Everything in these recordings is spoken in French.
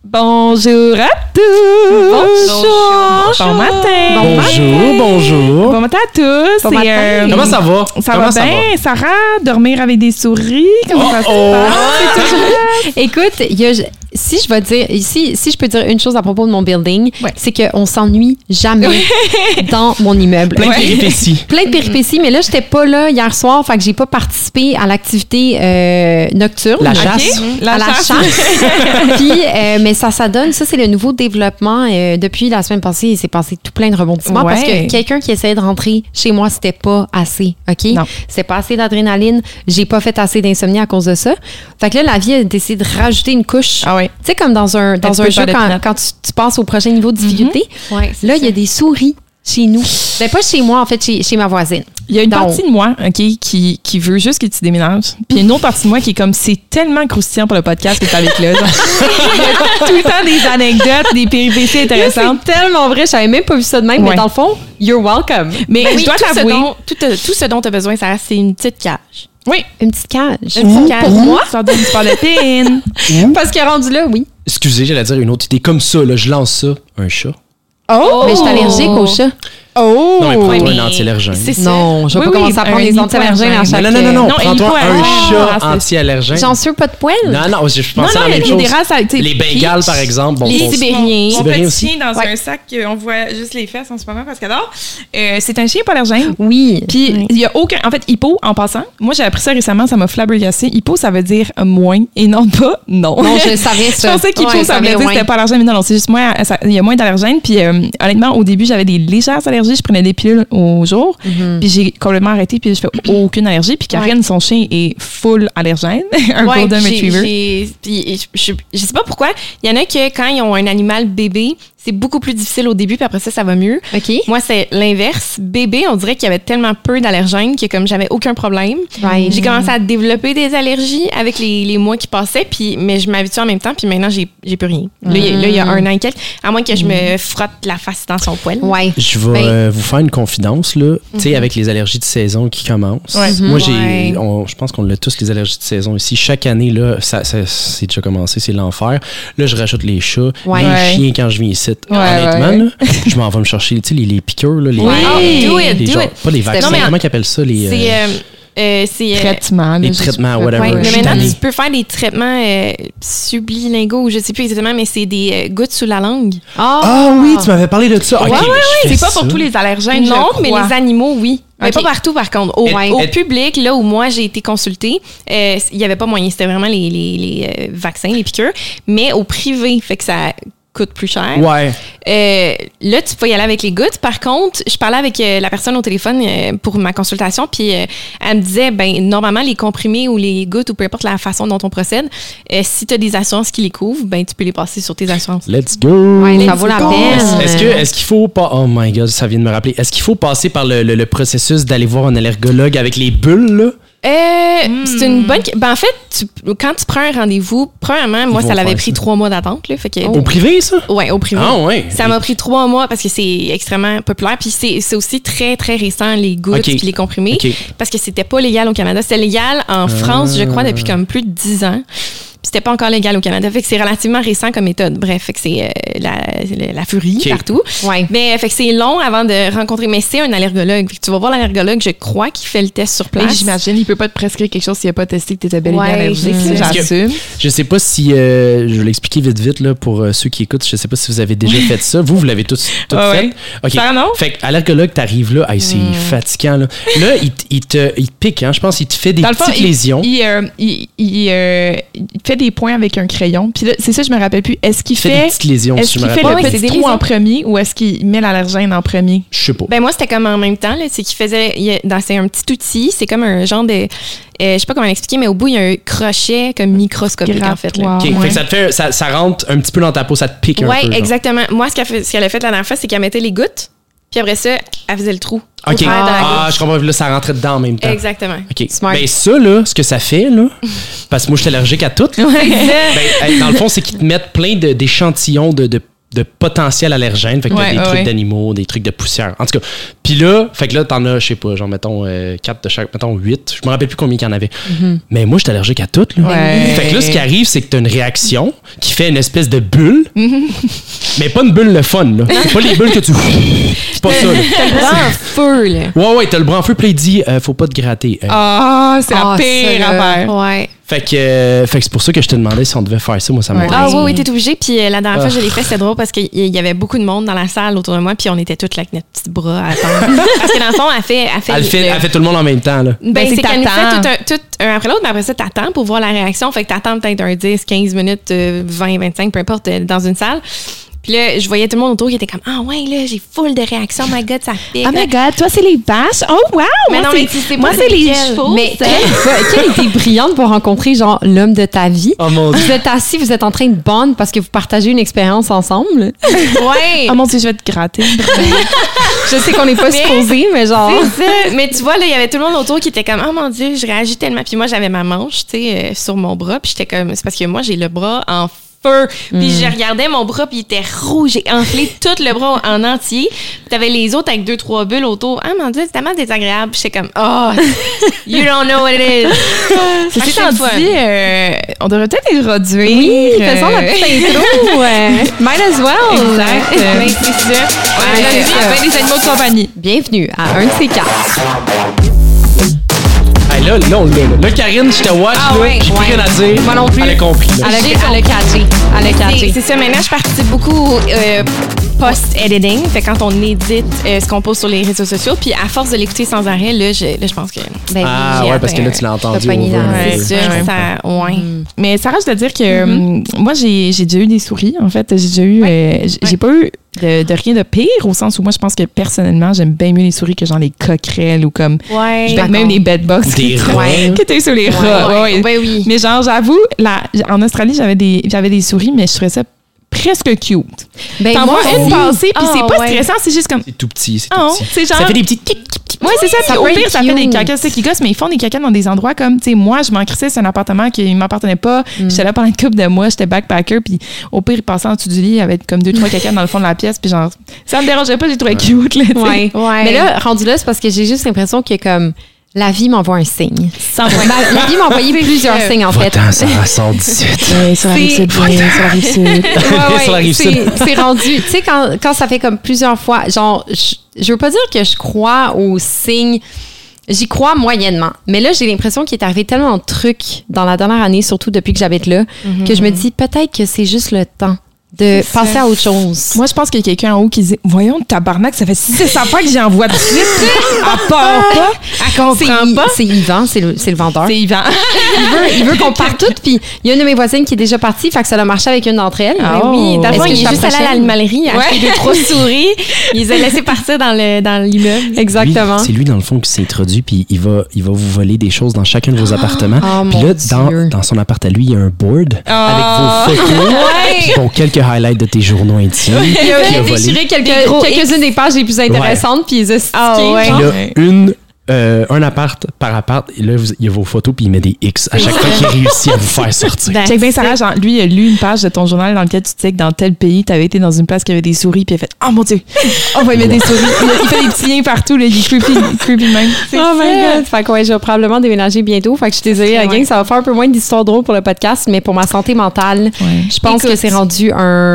Bonjour à tous! Bonjour! Bon matin! Bonjour! Bon matin à tous! Bon matin. Comment ça va? Ça va bien, Sarah? Dormir avec des souris? Comment ça se passe? Écoute, si je peux dire une chose à propos de mon building, Ouais. c'est qu'on s'ennuie jamais dans mon immeuble. Plein de péripéties. Plein de péripéties, mais là, j'étais pas là hier soir, fait que j'ai pas participé à l'activité nocturne. La chasse. OK. À la chasse. Puis, mais ça donne, ça c'est le nouveau développement. Depuis la semaine passée, il s'est passé tout plein de rebondissements parce Ouais. que quelqu'un qui essayait de rentrer chez moi, c'était pas assez, OK? Non. C'était pas assez d'adrénaline. J'ai pas fait assez d'insomnie à cause de ça. Fait que là, la vie a décidé de rajouter une couche. Ah oui. Tu sais, comme dans un petit peu jeu, par le quand tu passes au prochain niveau de difficulté, Ouais, c'est là, ça. il y a des souris chez nous. Ben, pas chez moi, en fait, chez ma voisine. Il y a une Donc- partie de moi, OK, qui veut juste que tu déménages. Puis il y a une autre partie de moi qui est comme, c'est tellement croustillant pour le podcast que t'es avec là. Genre. Il y a tout le temps des anecdotes, des péripéties intéressantes. C'est tellement vrai, je savais même pas vu ça de même, Ouais. mais dans le fond, you're welcome. Mais Ben je oui, dois t'avouer... tout ce dont tu as besoin, Sarah, c'est une petite cage. Oui. Une petite cage. Une petite cage. Pour moi, Ça donne du sport de pin. parce qu'il est rendu là, oui. Excusez, j'allais dire une autre idée. Comme ça, là, je lance ça. Un chat. Oh! Mais je suis allergique au chat. Oh! Non, mais prends-toi mais un anti-allergène. c'est ça. Non, je vais Oui, pas oui, commencer à prendre un les anti-allergènes à hypoallergène. chaque... Non. Non, Prends-toi un hypoallergène. chat anti-allergène. J'en suis pas de poils. Non, je Non, pensais à la il y même a chose. des races avec, tu sais, Les Bengales, Peach. par exemple. Bon, Les bon, Sibériens. Mon Sibérien petit aussi. chien dans un sac, on voit juste les fesses en ce moment parce qu'il adore. C'est un chien hypoallergène. Oui. Puis, il y a aucun. En fait, hypo, en passant, moi, j'ai appris ça récemment, ça m'a flabbergassé. Hypo, ça veut dire moins et non pas non. Non, je savais Je ça. pensais qu'hypo, Ouais, ça voulait dire que c'était pas allergène, mais non, c'est juste moins. Il y a moins d'allergènes. Puis, honnêtement, au début, j'avais des légères allergies. Je prenais des pilules au jour. Puis, j'ai complètement arrêté. Puis, je fais aucune allergie. Puis, Karen, son chien est full allergène. Un Ouais, Golden j'ai- Retriever. puis je sais pas pourquoi. Il y en a que quand ils ont un animal bébé, c'est beaucoup plus difficile au début, puis après ça va mieux. OK. Moi, c'est l'inverse. Bébé, on dirait qu'il y avait tellement peu d'allergènes que comme j'avais aucun problème, Right. j'ai commencé à développer des allergies avec les mois qui passaient, mais je m'habitue en même temps, puis maintenant, j'ai plus rien. Là, il y a un an et quelques, à moins que je me frotte la face dans son poil. Ouais. Je vais Ben- vous faire une confidence, là. Tu sais, avec les allergies de saison qui commencent. Ouais. Moi, Ouais. je pense qu'on a tous les allergies de saison ici. Chaque année, là, ça c'est déjà commencé, c'est l'enfer. Là, je rajoute les chats, Ouais. les Ouais. chiens quand je viens ici. Ouais, Honnêtement, ouais. là, je m'en vais me chercher, tu sais, les piqûres, là, les, Oui. les- Do it, les do genres- it. pas les vaccins, Non, mais comment ils appellent ça, les... C'est Traitement. les traitements, whatever. ouais, je mais suis maintenant, tanné. tu peux faire des traitements sublinguaux, je sais plus exactement, mais c'est des gouttes sous la langue. Ah oui, tu m'avais parlé de ça. Ok, Ouais, ouais, je fais C'est pas pour ça. tous les allergènes. Non, je mais crois. les animaux, oui. Mais Ok. pas partout, par contre. Au Et- public, là où moi j'ai été consultée, il n'y avait pas moyen. C'était vraiment les vaccins, les piqûres. Mais au privé, fait que ça coûte plus cher. Ouais. Là, tu peux y aller avec les gouttes. Par contre, je parlais avec la personne au téléphone pour ma consultation, puis elle me disait, ben normalement, les comprimés ou les gouttes, ou peu importe la façon dont on procède, si tu as des assurances qui les couvrent, ben tu peux les passer sur tes assurances. Let's go! Ouais, ça vaut la go. peine. Est-ce qu'il faut pas... Oh my God, ça vient de me rappeler. Est-ce qu'il faut passer par le processus d'aller voir un allergologue avec les bulles, là? C'est une bonne... Ben, en fait, quand tu prends un rendez-vous, premièrement, moi, vont ça l'avait faire pris ça. 3 mois d'attente. Là, fait que, Au privé, ça? Ouais, au privé. Ah ouais. Ça m'a pris 3 mois parce que c'est extrêmement populaire. Puis c'est aussi très, très récent, les gouttes Ok. puis les comprimés. OK. Parce que c'était pas légal au Canada. C'était légal en France, je crois, depuis comme plus de 10 ans. Puis c'était pas encore légal au Canada. Fait que c'est relativement récent comme méthode. Bref, fait que c'est la furie Ok. partout. Ouais. Mais fait que c'est long avant de rencontrer. Mais c'est un allergologue. Fait que tu vas voir l'allergologue, je crois, qui fait le test sur Mais place. j'imagine, il peut pas te prescrire quelque chose s'il n'a pas testé que tu étais bel et bien Ouais, allergique. c'est ça, ça. j'assume. Je sais pas si... je vais l'expliquer vite, là, pour ceux qui écoutent. Je sais pas si vous avez déjà fait ça. Vous l'avez tous fait. Ouais. OK. Ça, non? Fait que allergologue, t'arrives là, hey, c'est fatigant, là. Là, il te pique, hein. Je pense qu'il te fait des Dans le fond, petites lésions. il fait des points avec un crayon. Puis là, c'est ça, je me rappelle plus. Est-ce qu'il Il fait des fait, petites lésions, est-ce si je qu'il me fait rappelle. le Ouais, c'est petit des trou lésions. en premier ou est-ce qu'il met l'allergène en premier? Je sais pas. Ben moi, c'était comme en même temps. Là, c'est qu'il faisait... c'est un petit outil. C'est comme un genre de... je sais pas comment l'expliquer, mais au bout, il y a un crochet comme microscopique, en fait. Là. OK. Ouais. Fait que ça te fait... Ça rentre un petit peu dans ta peau, ça te pique un Ouais, peu. genre. exactement. Moi, ce qu'elle a fait la dernière fois, c'est qu'elle mettait les gouttes, puis après ça, elle faisait le trou. au OK. travers de la Ah, goutte. je comprends. Là, ça rentrait dedans en même temps. Exactement. OK. Smart. Ben ça, là, ce que ça fait, là, parce que moi, je suis allergique à tout. là. Ben, dans le fond, c'est qu'ils te mettent plein d'échantillons de de potentiel allergène. Fait que t'as des trucs d'animaux, des trucs de poussière. En tout cas, puis là, fait que là, t'en as, je sais pas, genre, mettons, 4 de chaque, mettons, 8. Je me rappelle plus combien il y en avait. Mais moi, je suis allergique à toutes, là. Fait que là, ce qui arrive, c'est que t'as une réaction qui fait une espèce de bulle, mais pas une bulle le fun, là. C'est pas les bulles que tu... C'est pas ça, là. T'as le bras en feu, là. Ouais, t'as le bras en feu, puis là, il dit, faut pas te gratter. C'est la pire affaire. Ouais. Fait que c'est pour ça que je te demandais si on devait faire ça. Moi, ça m'a oui, t'es obligé. Puis la dernière fois, je l'ai fait, c'était drôle parce qu'il y avait beaucoup de monde dans la salle autour de moi, puis on était toutes là avec notre petit bras à attendre. Parce que dans le fond, elle fait tout le monde en même temps, là. Ben, c'est qu'elle nous fait tout un après l'autre, mais après ça, t'attends pour voir la réaction. Fait que t'attends peut-être un 10, 15 minutes, 20, 25, peu importe, dans une salle. Puis là, je voyais tout le monde autour qui était comme « Ah ouais, là, j'ai full de réactions. Oh my God, ça pique. » Oh my God, toi, c'est les vaches. Oh wow! Mais moi, c'est les chevaux. Mais quelle était brillante pour rencontrer, genre, l'homme de ta vie. Oh mon Dieu. Vous êtes assis, vous êtes en train de bond parce que vous partagez une expérience ensemble. Ouais. Oh mon Dieu, je vais te gratter. Je sais qu'on n'est pas supposé, mais genre... C'est ça. Mais tu vois, là, il y avait tout le monde autour qui était comme « Oh mon Dieu, je réagis tellement. » Puis moi, j'avais ma manche, tu sais, sur mon bras. Puis j'étais comme... C'est parce que moi, j'ai le bras en feu. Puis je regardais mon bras, puis il était rouge. J'ai enflé tout le bras en entier. Puis t'avais les autres avec 2-3 bulles autour. Ah mon Dieu, c'est tellement désagréable. Puis j'étais comme, oh, you don't know what it is. C'est ça qu'on dit, on devrait peut-être les réduire. Oui, faisons la petite intro. Might as well. Exact. Oui, c'est ça. Avec les animaux de compagnie. Bienvenue à un de ces quatre. Hey, là, là, Karine, je te watch, là, j'ai plus rien à dire. Moi non plus. Elle a compris, là. Elle a catché. C'est ça, maintenant, je participe beaucoup post-editing. Fait quand on édite ce qu'on pose sur les réseaux sociaux, puis à force de l'écouter sans arrêt, là, je pense que... Ben, parce que là, tu l'as entendu. C'est ça, Mais Sarah, je dois dire que moi, j'ai déjà eu des souris, en fait. J'ai déjà eu... J'ai pas eu de rien de pire, au sens où moi, je pense que personnellement, j'aime bien mieux les souris que genre les coquerelles ou comme... même les bedbugs. Des rats. Qui étaient sur les rats. Oui. Mais genre, j'avoue, en Australie, j'avais des souris, mais je trouvais ça presque cute. Ben, t'en vois une passer, puis c'est pas ouais. stressant, c'est juste comme... C'est tout petit, c'est Oh, tout petit. c'est genre... Ça fait des petits... Oui, c'est ça. Puis Ça au peut pire, être ça fait des cute. caca, c'est qui gossent, mais ils font des caca dans des endroits comme, tu sais, moi, je m'en crissais, c'est un appartement qui m'appartenait pas. J'étais là pendant une couple de mois, j'étais backpacker, puis au pire, ils passaient en dessous du lit avec comme 2-3 caca dans le fond de la pièce, puis genre, ça me dérangeait pas, j'ai trouvé cute, là, tu sais. Ouais. Mais là, rendu là, c'est parce que j'ai juste l'impression que comme la vie m'envoie un signe. La vie m'a envoyé plusieurs signes, en fait. Va-t'en, Sarah, sort d'ici. Sur la rive-sud, sur la rive-sud. Sur la rive-sud. C'est rendu, tu sais, quand ça fait comme plusieurs fois, genre, je veux pas dire que je crois aux signes, j'y crois moyennement. Mais là, j'ai l'impression qu'il est arrivé tellement de trucs dans la dernière année, surtout depuis que j'habite là, que je me dis peut-être que c'est juste le temps de passer à autre chose. Moi, je pense qu'il y a quelqu'un en haut qui dit voyons, tabarnak, ça fait 600 fois que j'envoie de suite. Elle part pas. Elle comprend pas. C'est Yvan, c'est le vendeur. C'est Yvan. Il veut qu'on parte toutes, puis il y a une de mes voisines qui est déjà partie, fait que ça a marché avec une d'entre elles. Oui, dans le fond, Est-ce que il est je juste allé à l'animalerie, il a acheté 2-3 souris, il les a laissés partir dans l'immeuble. Exactement. C'est lui, dans le fond, qui s'est introduit, puis il va vous voler des choses dans chacun de vos appartements. Puis mon là, Dieu. dans son appart à lui, il y a un board avec vos photos, puis bon, quelques highlights de tes journaux intimes. Il a qu'il a volé. déchiré quelques-unes des pages les plus intéressantes, puis il les a stickées. Puis là, un appart par appart, et là, il y a vos photos, puis il met des X à chaque fois qu'il réussit à vous faire sortir. Check bien, Sarah, genre, lui, il a lu une page de ton journal dans lequel tu disais que dans tel pays, tu avais été dans une place qui avait des souris, puis il a fait oh mon Dieu, on va y mettre des souris. Il fait des petits liens partout, là, il est creepy même. Oh my God! Fait que ouais, je vais probablement déménager bientôt. Fait que je suis désolée, la gang, ça va faire un peu moins d'histoires drôles pour le podcast, mais pour ma santé mentale, je pense que c'est rendu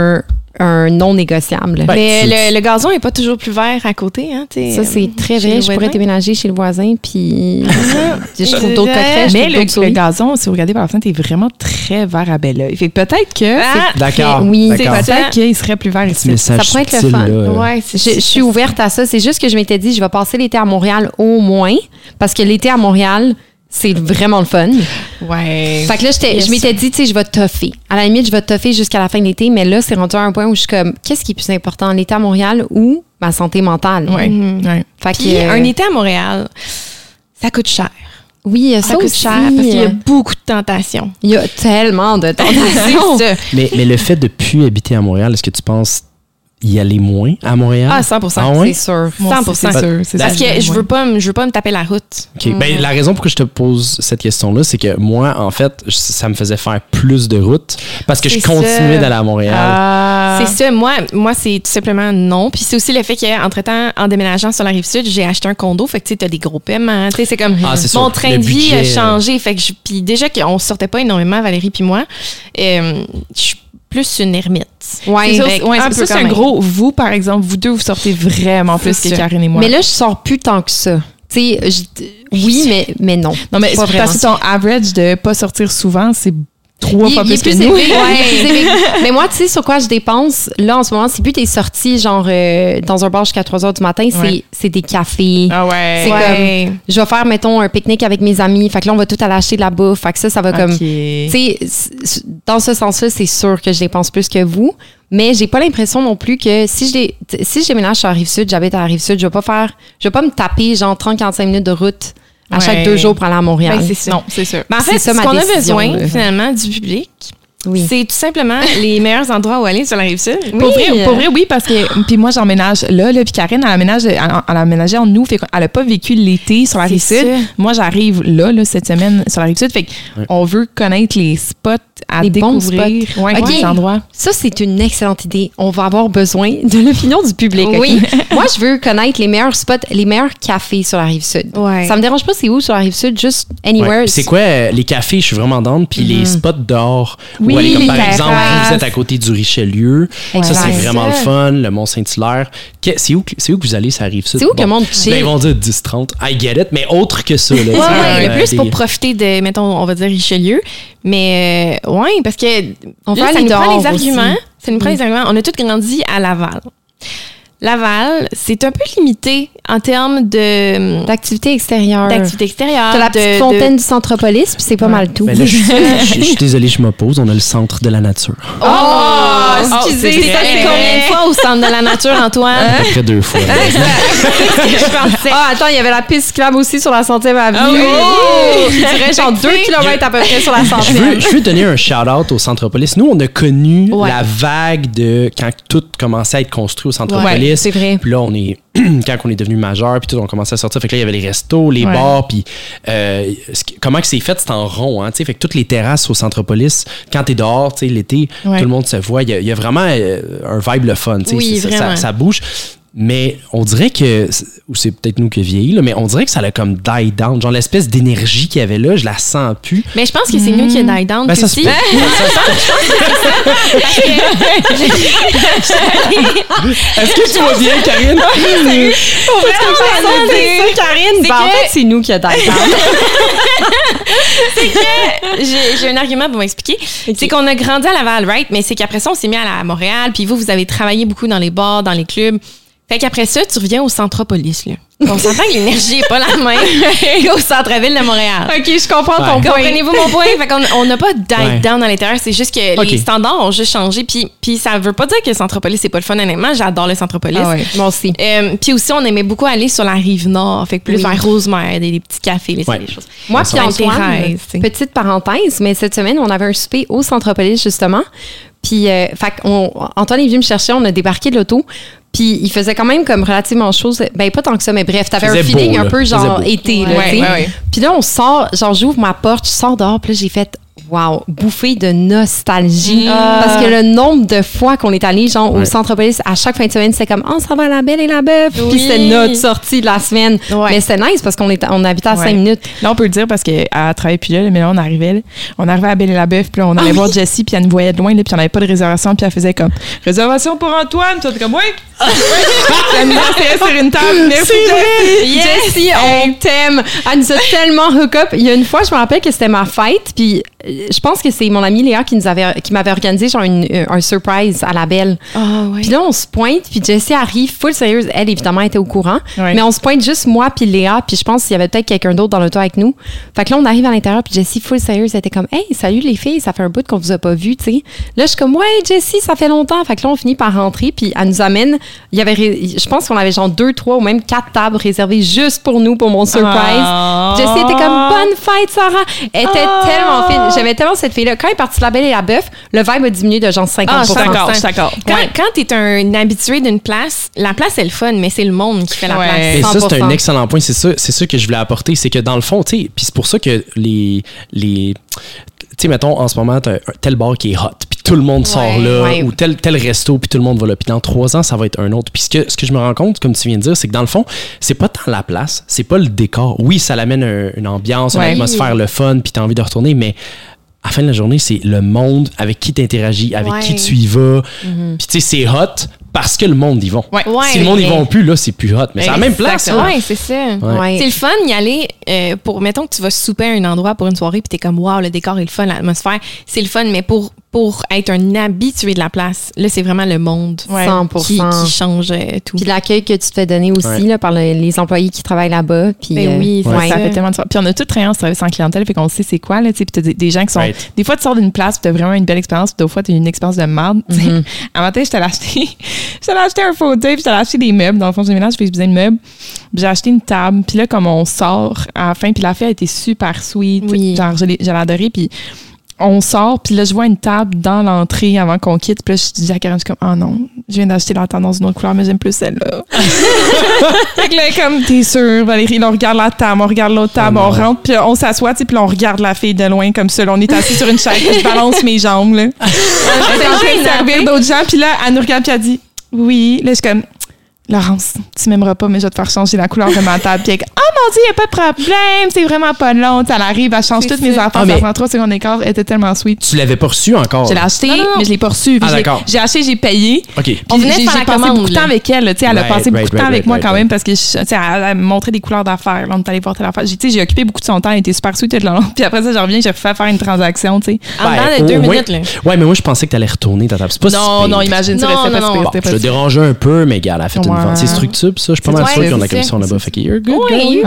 un non négociable. Mais le gazon n'est pas toujours plus vert à côté. Hein, ça, c'est très vrai. Je pourrais déménager chez le voisin, puis je trouve d'autres coquerets. Mais le gazon, si vous regardez par la fenêtre, est vraiment très vert à bel oeil. Fait que peut-être que... D'accord. Oui, d'accord. Peut-être qu'il serait plus vert ici. Ça pourrait être le fun. Ouais, je suis ouverte à ça. C'est juste que je m'étais dit, je vais passer l'été à Montréal au moins, parce que l'été à Montréal, c'est vraiment le fun. Ouais. Fait que là, je m'étais dit, tu sais, je vais toffer. À la limite, je vais toffer jusqu'à la fin de l'été, mais là, c'est rendu à un point où je suis comme, qu'est-ce qui est plus important, l'été à Montréal ou ma santé mentale? Ouais. Fait Puis un été à Montréal, ça coûte cher. Oui, ça coûte cher parce qu'il y a beaucoup de tentations. Il y a tellement de tentations. mais le fait de plus habiter à Montréal, est-ce que tu penses y aller moins à Montréal? Ah, 100%. Ah ouais? C'est sûr. 100%. C'est sûr. Parce que je veux pas me taper la route. OK. Ben, la raison pour que je te pose cette question-là, c'est que moi, en fait, ça me faisait faire plus de route parce que je continuais d'aller à Montréal. C'est ça. Moi, c'est tout simplement non. Puis c'est aussi le fait qu'entre-temps, en déménageant sur la Rive-Sud, j'ai acheté un condo. Fait que tu as des gros paiements. C'est comme mon train de vie a changé. Fait que puis déjà qu'on sortait pas énormément, Valérie puis moi, je suis plus une ermite. Ouais, c'est un gros... Vous, par exemple, vous deux, vous sortez vraiment plus que Karine et moi. Mais là, je sors plus tant que ça. Tu sais, oui, mais non. Non, mais c'est parce que ton average de pas sortir souvent, c'est 3 fois plus que nous. Mais moi, tu sais, sur quoi je dépense, là, en ce moment, c'est plus des sorties, genre, dans un bar jusqu'à 3 heures du matin, c'est des cafés. Ah ouais. C'est comme, je vais faire, mettons, un pique-nique avec mes amis. Fait que là, on va tout aller acheter de la bouffe. Fait que ça va comme, tu sais, dans ce sens-là, c'est sûr que je dépense plus que vous. Mais j'ai pas l'impression non plus que si je déménage sur la Rive-Sud, j'habite à la Rive-Sud, je vais pas me taper, genre, 30-45 minutes de route à chaque 2 jours pour aller à Montréal. C'est ça. Non, c'est sûr. Mais en fait, ce qu'on a besoin, finalement, du public, c'est tout simplement les meilleurs endroits où aller sur la Rive-Sud. Pour vrai, oui, parce que... Puis moi, j'emménage là, puis Karine, elle a aménagé en nous, fait qu'elle a pas vécu l'été sur la Rive-Sud. Moi, j'arrive là, cette semaine, sur la Rive-Sud, fait qu'on veut connaître les spots à découvrir. Les endroits. Ça, c'est une excellente idée. On va avoir besoin de l'opinion du public. Oui. Moi, je veux connaître les meilleurs spots, les meilleurs cafés sur la Rive-Sud. Ça me dérange pas c'est où sur la Rive-Sud, juste anywhere. C'est quoi les cafés, je suis vraiment down, puis les spots dehors. Oui, aller, comme par exemple, vous êtes à côté du Richelieu. Ça, c'est vraiment le fun. Le Mont-Saint-Hilaire. C'est où que vous allez, ça arrive ça? C'est où que le monde chill? Ils vont dire 10-30. I get it, mais autre que ça. Le plus pour profiter de, mettons, on va dire Richelieu. Mais, parce que ça nous prend les arguments. Ça nous prend les arguments. On a tous grandi à Laval. Laval, c'est un peu limité en termes d'activité extérieure. T'as la petite fontaine du Centropolis, puis c'est pas mal tout. Ben là, je suis désolée, je m'oppose. On a le centre de la nature. Excusez, t'es allé combien de fois au centre de la nature, Antoine? À peu près 2 fois. Attends, il y avait la piste cyclable aussi sur la 100e avenue. Je dirais genre 2 km à peu près sur la 100e. Je veux donner un shout-out au Centropolis. Nous, on a connu la vague de quand tout commençait à être construit au Centropolis. C'est vrai. Puis là, quand on est devenu majeur, puis tout, on commençait à sortir. Fait que là, il y avait les restos, les bars, puis comment que c'est fait, c'est en rond, hein, tu sais. Fait que toutes les terrasses au Centropolis, quand t'es dehors, tu sais, l'été, tout le monde se voit. Il y a vraiment un vibe le fun, tu sais. Oui, ça bouge. Mais on dirait que, ou c'est peut-être nous qui vieillis, là, mais on dirait que ça a comme die down. Genre l'espèce d'énergie qu'il y avait là, je la sens plus. Mais je pense que c'est nous qui a die down. Ben, ça se peut. Est-ce que tu vas bien, Karine? Karine. En fait, c'est nous qui a die down. C'est que j'ai un argument pour m'expliquer. Okay. C'est qu'on a grandi à Laval, right? Mais c'est qu'après ça, on s'est mis à Montréal. Puis vous avez travaillé beaucoup dans les bars, dans les clubs. Fait qu'après ça, tu reviens au Centropolis, là. On s'entend que l'énergie est pas la même qu'au centre-ville de Montréal. OK, je comprends ton point. Comprenez-vous mon point? Fait qu'on n'a pas die down à l'intérieur. C'est juste que les standards ont juste changé. Puis ça veut pas dire que le Centropolis, c'est pas le fun, honnêtement. J'adore le Centropolis. Moi aussi. Puis aussi, on aimait beaucoup aller sur la Rive-Nord. Fait que plus vers Rosemère, des petits cafés, des choses. Moi, puis Antoine, petite parenthèse, mais cette semaine, on avait un souper au Centropolis, justement. Puis, Antoine est venu me chercher, on a débarqué de l'auto. Puis il faisait quand même comme relativement chose, ben pas tant que ça, mais bref, t'avais un feeling beau, un peu genre été, là, tu sais. Puis là, on sort, genre j'ouvre ma porte, je sors dehors, puis là, j'ai fait wow, bouffée de nostalgie. Parce que le nombre de fois qu'on est allé genre au Centropolis, à chaque fin de semaine, c'était comme « Oh, ça va la Belle et la Bœuf! » Puis c'était notre sortie de la semaine. Mais c'était nice parce qu'on habitait à 5 minutes. Là, on peut le dire parce qu'elle travaillait plus là, mais là, on arrivait à la Belle et la Bœuf, puis là, on allait voir Jessie, puis elle nous voyait de loin, là, puis on n'avait pas de réservation, puis elle faisait comme « Réservation pour Antoine! » Toi, t'es comme « Oui! » Elle nous asseyait sur une table. Merci, Jessie, on t'aime! Elle nous a tellement hook up. Il y a une fois, je me rappelle que c'était ma fête, puis je pense que c'est mon amie Léa qui m'avait organisé genre un surprise à la Belle. Puis là, on se pointe, puis Jessie arrive full sérieuse. Elle, évidemment, était au courant. Mais on se pointe juste moi puis Léa, puis je pense qu'il y avait peut-être quelqu'un d'autre dans l'auto avec nous. Fait que là, on arrive à l'intérieur, puis Jessie full sérieuse, elle était comme « Hey, salut les filles, ça fait un bout qu'on vous a pas vu, tu sais. » Là, je suis comme « Ouais, Jessie, ça fait longtemps. » Fait que là, on finit par rentrer, puis elle nous amène. Je pense qu'on avait genre 2, 3 ou même 4 tables réservées juste pour nous, pour mon surprise. Jessie était comme « Bonne fête, Sarah! » Elle était tellement fine. J'avais tellement cette fille-là. Quand elle est partie de la Belle et la Bœuf, le vibe a diminué de genre 50%. D'accord. Quand t'es un habitué d'une place, la place est le fun, mais c'est le monde qui fait la place. Et ça, c'est un excellent point. C'est ça que je voulais apporter. C'est que dans le fond, tu sais, puis c'est pour ça que tu sais, mettons, en ce moment, t'as tel bar qui est hot, puis tout le monde sort là, ou tel resto, puis tout le monde va là. Puis dans 3 ans, ça va être un autre. Puis ce que je me rends compte, comme tu viens de dire, c'est que dans le fond, c'est pas tant la place, c'est pas le décor. Oui, ça l'amène une ambiance, une atmosphère, le fun, puis t'as envie de retourner, mais à la fin de la journée, c'est le monde avec qui t'interagis, avec qui tu y vas. Puis tu sais, c'est hot parce que le monde y va. Si le monde y va plus, là, c'est plus hot. Mais c'est à la même place. Oui, c'est ça. C'est le fun d'y aller pour, mettons que tu vas souper à un endroit pour une soirée puis t'es comme, wow, le décor est le fun, l'atmosphère, c'est le fun, mais pour être un habitué de la place, là, c'est vraiment le monde 100%. Qui change tout. Puis l'accueil que tu te fais donner aussi là, par les employés qui travaillent là-bas. Puis, oui, ça fait tellement de fois. Puis on a tout travaillé en service en clientèle, fait qu'on sait c'est quoi. Puis t'as des gens qui sont... Des fois, tu sors d'une place, puis t'as vraiment une belle expérience, puis d'autres fois, t'as une expérience de merde. Un matin, je t'allais acheter un fauteuil, puis je t'allais acheter des meubles. Dans le fond, j'ai ménage, je fais besoin de meubles. Puis j'ai acheté une table. Puis là, comme on sort à la fin, puis la fête a été super sweet. Genre, j'allais adorer. Puis on sort, puis là, je vois une table dans l'entrée avant qu'on quitte. Puis là, je dis à Karen, je suis comme, oh non, je viens d'acheter la table dans une autre couleur, mais j'aime plus celle-là. Fait que là, comme, t'es sûre, Valérie, là, on regarde la table, on regarde l'autre table, on rentre, puis on s'assoit, puis là, on regarde la fille de loin, comme ça. Là, on est assis sur une chaise, je balance mes jambes, là. Elle est en train de servir d'autres gens, puis là, elle nous regarde, puis elle dit, oui. Là, je suis comme, Laurence, tu m'aimeras pas, mais je vais te faire changer la couleur de ma table. Puis elle dit, oh mon Dieu, il n'y a pas de problème, c'est vraiment pas long. Elle arrive, elle change toutes mes affaires, ça prend 3 secondes d'écart, elle était tellement sweet. Tu l'avais pas reçu encore? Je l'ai acheté, mais je l'ai pas reçu. D'accord. J'ai acheté, j'ai payé. OK. On venait de faire j'ai passé beaucoup de temps avec elle. Elle a passé beaucoup de temps avec moi quand même parce que elle me montrait des couleurs d'affaires. Là, on est allé voir telle affaire. J'ai occupé beaucoup de son temps, elle était super sweet tout le long. Puis après ça, je reviens, j'ai refait faire une transaction. En dedans de 2 minutes. Là. Ouais, mais moi, je pensais que tu allais retourner ta table. Non, imagine, je te dérangeais un peu, mais gars, elle a fait une vente. C'est structuré. Ça, je suis pas mal sûr qu'ils ont la commission là-bas. Fait que you're good.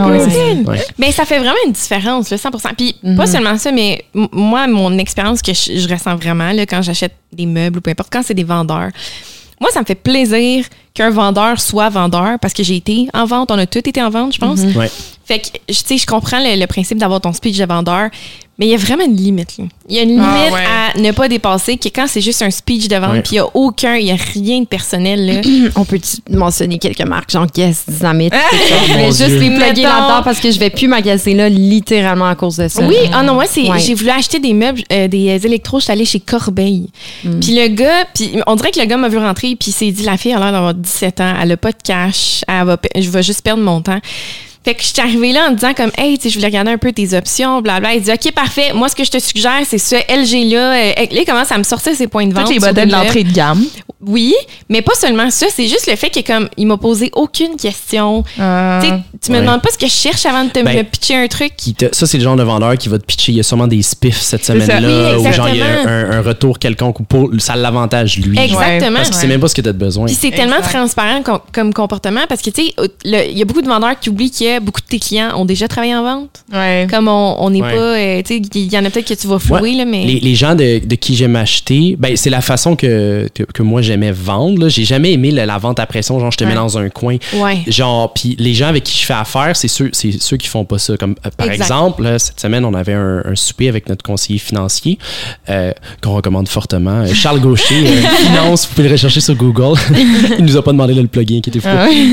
Mais ça fait vraiment une différence, là, 100%. Puis pas seulement ça, mais moi, mon expérience que je ressens vraiment là, quand j'achète des meubles ou peu importe, quand c'est des vendeurs, moi, ça me fait plaisir qu'un vendeur soit vendeur parce que j'ai été en vente. On a tous été en vente, je pense. Fait que, tu sais, je comprends le principe d'avoir ton speech de vendeur, mais il y a vraiment une limite. Là. Il y a une limite à ne pas dépasser que quand c'est juste un speech de vente, puis il n'y a rien de personnel. Là. On peut mentionner quelques marques, genre Guess, Dynamite. Je vais juste les plugger là-dedans parce que je vais plus magasiner là littéralement à cause de ça. Oui, non, moi, j'ai voulu acheter des meubles, des électros, je suis allée chez Corbeil. Puis le gars, on dirait que le gars m'a vu rentrer, puis il s'est dit, la fille a l'air d'avoir 17 ans, elle a pas de cash, je vais juste perdre mon temps. Fait que je suis arrivée là en disant comme, hey, tu sais, je voulais regarder un peu tes options, blablabla. Il dit, OK, parfait. Moi, ce que je te suggère, c'est ce LG-là. Là, il commence à me sortir ses points de vente. Toutes les modèles de l'entrée de gamme. Oui, mais pas seulement ça. C'est juste le fait qu'il m'a posé aucune question. Tu me demandes pas ce que je cherche avant de me pitcher un truc. Ça, c'est le genre de vendeur qui va te pitcher. Il y a sûrement des spiffs cette semaine-là. Ou genre, il y a un retour quelconque ou ça l'avantage, lui. Exactement. Parce que c'est même pas ce que tu as besoin. Puis c'est tellement transparent comme comportement parce que, tu sais, il y a beaucoup de vendeurs qui oublient que beaucoup de tes clients ont déjà travaillé en vente. Comme on n'est pas... tu sais, il y en a peut-être que tu vas flouer, là, mais... Les gens de qui j'aime acheter, c'est la façon que moi, j'aimais vendre. Là. J'ai jamais aimé la vente à pression, genre je te mets dans un coin. Genre, puis les gens avec qui je fais affaire, c'est ceux qui font pas ça. Comme, par exemple, là, cette semaine, on avait un souper avec notre conseiller financier qu'on recommande fortement. Charles Gaucher, finance, vous pouvez le rechercher sur Google. Il nous a pas demandé de le plugger, inquiétez-vous.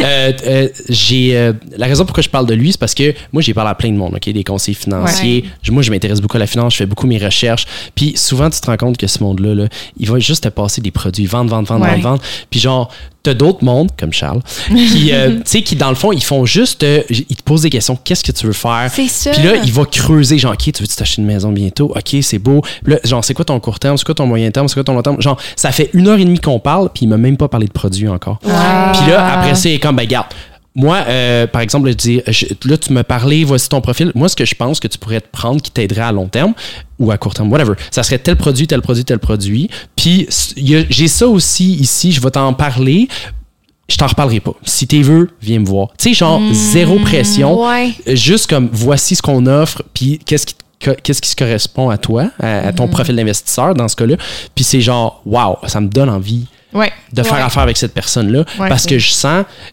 La raison pourquoi je parle de lui, c'est parce que moi, j'ai parlé à plein de monde, des conseillers financiers. Moi, je m'intéresse beaucoup à la finance, je fais beaucoup mes recherches. Puis souvent, tu te rends compte que ce monde-là, là, il va juste te passer des produits, vendre. Puis genre, t'as d'autres mondes, comme Charles, qui, tu sais, qui dans le fond, ils font juste, ils te posent des questions, qu'est-ce que tu veux faire? C'est ça. Puis là, il va creuser, genre, OK, tu veux t'acheter une maison bientôt? OK, c'est beau. Puis là, genre, c'est quoi ton court terme? C'est quoi ton moyen terme? C'est quoi ton long terme? Genre, ça fait 1h30 qu'on parle, puis il m'a même pas parlé de produits encore. Puis là, après, c'est comme, garde. Moi, par exemple, je dis, là, tu me parlais, voici ton profil. Moi, ce que je pense que tu pourrais te prendre qui t'aiderait à long terme ou à court terme, whatever, ça serait tel produit. Puis, j'ai ça aussi ici, je vais t'en parler. Je t'en reparlerai pas. Si t'es veux, viens me voir. Tu sais, genre, zéro pression. Juste comme, voici ce qu'on offre, puis qu'est-ce qui se correspond à toi, à ton profil d'investisseur dans ce cas-là. Puis c'est genre, wow, ça me donne envie de faire affaire avec cette personne-là parce que je sens...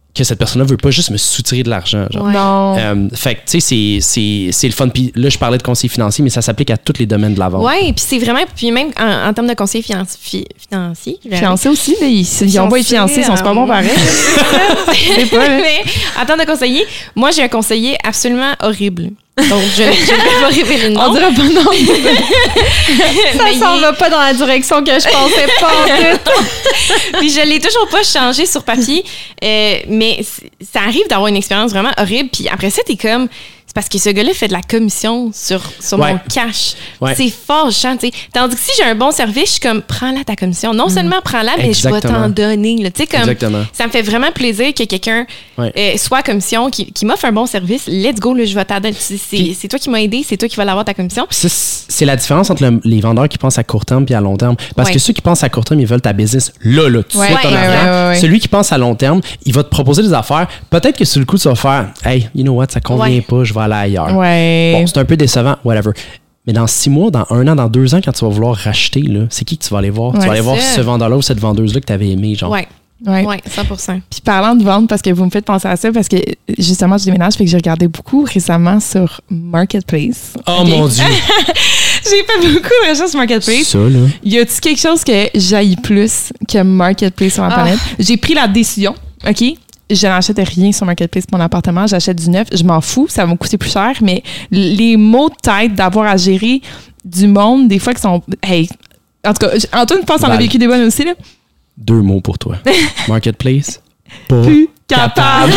que cette personne-là veut pas juste me soutirer de l'argent. Genre. Non. Fait que, tu sais, c'est le fun. Puis là, je parlais de conseiller financier, mais ça s'applique à tous les domaines de la vente. Oui, puis c'est vraiment... Puis même en termes de conseiller financier... Fiancé aussi, là, ils ont pas les fiancés, ils sont super bons pareil. C'est pas, mais en termes de conseiller, moi, j'ai un conseiller absolument horrible. Donc, je ne vais pas révéler le nom. On dirait pas non. Ça s'en va pas dans la direction que je pensais pas. Puis je l'ai toujours pas changé sur papier. Mais ça arrive d'avoir une expérience vraiment horrible. Puis après ça, t'es comme... C'est parce que ce gars-là fait de la commission sur mon cash. Ouais. C'est fâchant, tu sais. Tandis que si j'ai un bon service, je suis comme, prends-la ta commission. Non seulement prends-la, mais je vais t'en donner. Tu sais, comme, ça me fait vraiment plaisir que quelqu'un soit à commission, qui m'offre un bon service. Let's go, là, je vais t'en donner. C'est toi qui m'as aidé, c'est toi qui vas l'avoir ta commission. C'est la différence entre les vendeurs qui pensent à court terme et à long terme. Parce que ceux qui pensent à court terme, ils veulent ta business là, tout de suite, ton argent. Celui qui pense à long terme, il va te proposer des affaires. Peut-être que sur le coup, tu vas faire, hey, you know what, ça convient pas, je vais aller ailleurs. Ouais. Bon, c'est un peu décevant, whatever. Mais dans 6 mois, dans 1 an, dans 2 ans, quand tu vas vouloir racheter, là, c'est qui que tu vas aller voir? Tu vas aller voir ce vendeur-là ou cette vendeuse-là que tu avais aimé, genre. Ouais, 100%. Puis parlant de vente, parce que vous me faites penser à ça, parce que justement, je déménage, fait que j'ai regardé beaucoup récemment sur Marketplace. Oh mon Dieu! J'ai fait beaucoup de recherches sur Marketplace. Ça, là. Y a-t-il quelque chose que j'haïs plus que Marketplace sur ma planète? J'ai pris la décision, OK? Je n'achète rien sur Marketplace pour mon appartement. J'achète du neuf. Je m'en fous. Ça va me coûter plus cher. Mais les maux de tête d'avoir à gérer du monde, des fois, qui sont... Hey, en tout cas, Antoine, je pense qu'on a vécu des bonnes aussi, là. 2 mots pour toi. Marketplace. Pas plus capable.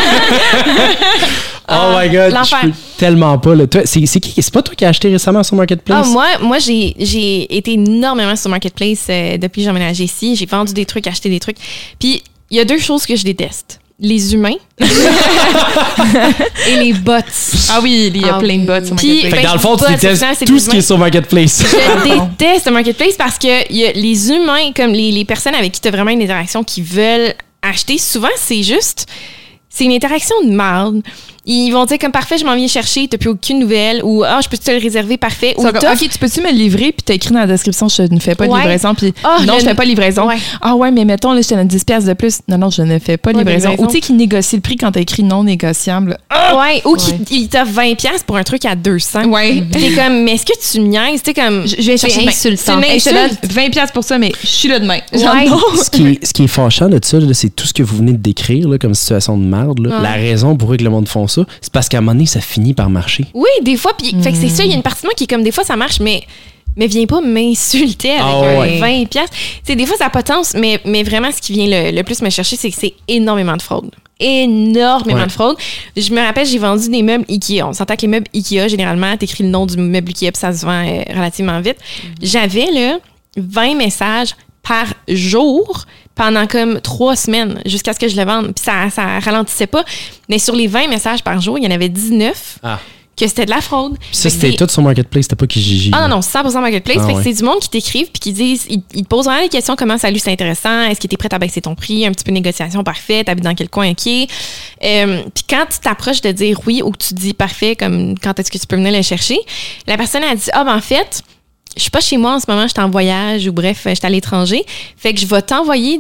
Oh my God, je peux tellement pas. Là. C'est qui? C'est pas toi qui as acheté récemment sur Marketplace? Moi j'ai été énormément sur Marketplace depuis que j'ai emménagé ici. J'ai vendu des trucs, acheté des trucs. Puis, il y a 2 choses que je déteste. Les humains et les bots. Ah oui, il y a plein de bots sur Marketplace. Fait que dans le fond, tu détestes tout ce qui est sur Marketplace. Je déteste Marketplace parce que y a les humains, comme les personnes avec qui tu as vraiment une interaction qui veulent acheter, souvent, c'est une interaction de merde. Ils vont dire comme parfait, je m'en viens chercher, t'as plus aucune nouvelle, ou je peux te le réserver, parfait. Ou OK, tu peux-tu me livrer, puis t'as écrit dans la description, je ne fais pas de livraison, puis non, je fais pas de livraison. Ouais. Ah ouais, mais mettons, là, je te donne 10$ de plus. Non, je ne fais pas de livraison. Ou tu sais, qui négocie le prix quand t'as écrit non négociable. Ouais, ou qui t'offre 20$ pour un truc à 200. Ouais. T'es comme, mais est-ce que tu me niaises? Tu sais, comme, je viens chercher insultant. Je te donne 20$ pour ça, mais je suis là demain. Ce qui est fâchant de ça, c'est tout ce que vous venez de décrire là, comme situation de merde. Là. La raison pour laquelle le monde font ça, c'est parce qu'à un moment donné, ça finit par marcher. Oui, des fois, puis fait que c'est ça, il y a une partie de moi qui est comme, des fois, ça marche, mais viens pas m'insulter avec 20$. Tu sais, des fois, ça n'a pas de sens, mais vraiment, ce qui vient le plus me chercher, c'est que c'est énormément de fraude. Énormément de fraude. Je me rappelle, j'ai vendu des meubles Ikea. On s'entend que les meubles Ikea, généralement, t'écris le nom du meuble Ikea, puis ça se vend relativement vite. J'avais, là, 20 messages par jour pendant comme 3 semaines jusqu'à ce que je le vende. Puis ça ralentissait pas. Mais sur les 20 messages par jour, il y en avait 19 que c'était de la fraude. Puis ça, c'était tout sur Marketplace, c'était pas Kijiji. Ah non, 100% Marketplace. Fait que c'est du monde qui t'écrivent puis qui disent, ils te posent vraiment des questions, comment ça lui c'est intéressant, est-ce qu'il était prêt à baisser ton prix, un petit peu de négociation, parfait, t'habites dans quel coin, OK. Puis quand tu t'approches de dire oui ou que tu dis parfait, comme quand est-ce que tu peux venir le chercher, la personne a dit, en fait, je suis pas chez moi en ce moment, je suis en voyage ou bref, je suis à l'étranger. Fait que je vais t'envoyer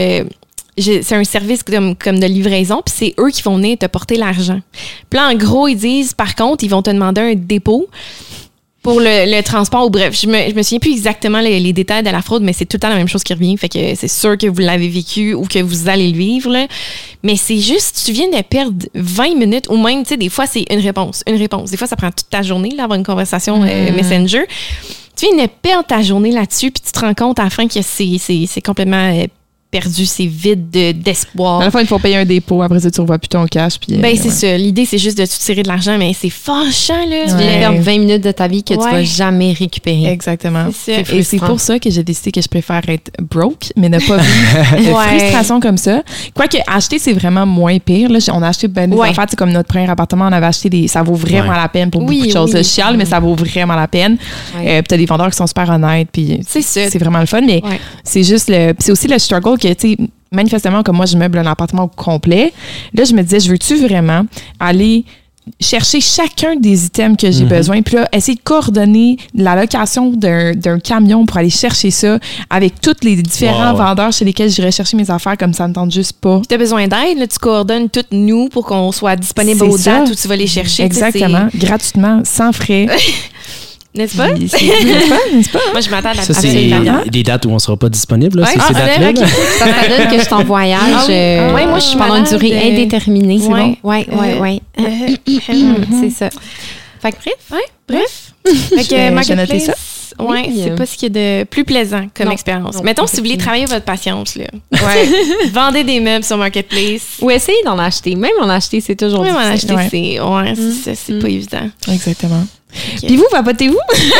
c'est un service comme de livraison, puis c'est eux qui vont venir te porter l'argent. Puis là, en gros, ils disent, par contre, ils vont te demander un dépôt pour le transport ou bref. Je me souviens plus exactement les détails de la fraude, mais c'est tout le temps la même chose qui revient. Fait que c'est sûr que vous l'avez vécu ou que vous allez le vivre, là. Mais c'est juste, tu viens de perdre 20 minutes ou même, tu sais, des fois, c'est une réponse. Des fois, ça prend toute ta journée, là, avoir une conversation Messenger. Tu viens de perdre ta journée là-dessus, puis tu te rends compte à la fin que c'est complètement perdu, c'est vide d'espoir. À la fin, il faut payer un dépôt. Après ça, tu revois plus ton cash. Puis, c'est ça. L'idée, c'est juste de te tirer de l'argent, mais c'est fâchant, là. Tu viens de perdre 20 minutes de ta vie que tu vas jamais récupérer. Exactement. C'est et c'est pour ça que j'ai décidé que je préfère être broke, mais ne pas vivre de frustration comme ça. Quoique, acheter, c'est vraiment moins pire. Là, on a acheté des affaires. Comme notre premier appartement, on avait acheté ça vaut vraiment la peine pour beaucoup de choses. Je chiale, mais ça vaut vraiment la peine. Puis t'as des vendeurs qui sont super honnêtes. Puis c'est vraiment le fun. Mais c'est juste c'est aussi le struggle que, tu sais, manifestement, comme moi, je meuble un appartement au complet. Là, je me disais, je veux-tu vraiment aller chercher chacun des items que j'ai besoin, puis là, essayer de coordonner la location d'un camion pour aller chercher ça avec tous les différents vendeurs chez lesquels j'irais chercher mes affaires, comme ça me tente juste pas. Tu as besoin d'aide, là, tu coordonnes toutes nous pour qu'on soit disponible aux dates où tu vas les chercher. Exactement, gratuitement, sans frais. N'est-ce pas? N'est-ce pas? Moi, je m'attends à ça, c'est des dates où on ne sera pas disponible. Là, c'est ces dates-là. Okay. Ça donne que je suis en voyage moi, je suis pendant une durée indéterminée. C'est bon? Oui. C'est ça. Fait que bref. Fait que Marketplace, ça. C'est pas ce qui est de plus plaisant comme expérience. Non, mettons, si vous voulez travailler votre patience, là. Vendez des meubles sur Marketplace. Ou essayez d'en acheter. Même en acheter, c'est toujours difficile. Même en acheter, c'est pas évident. Exactement. Okay. Puis vous, vapotez-vous?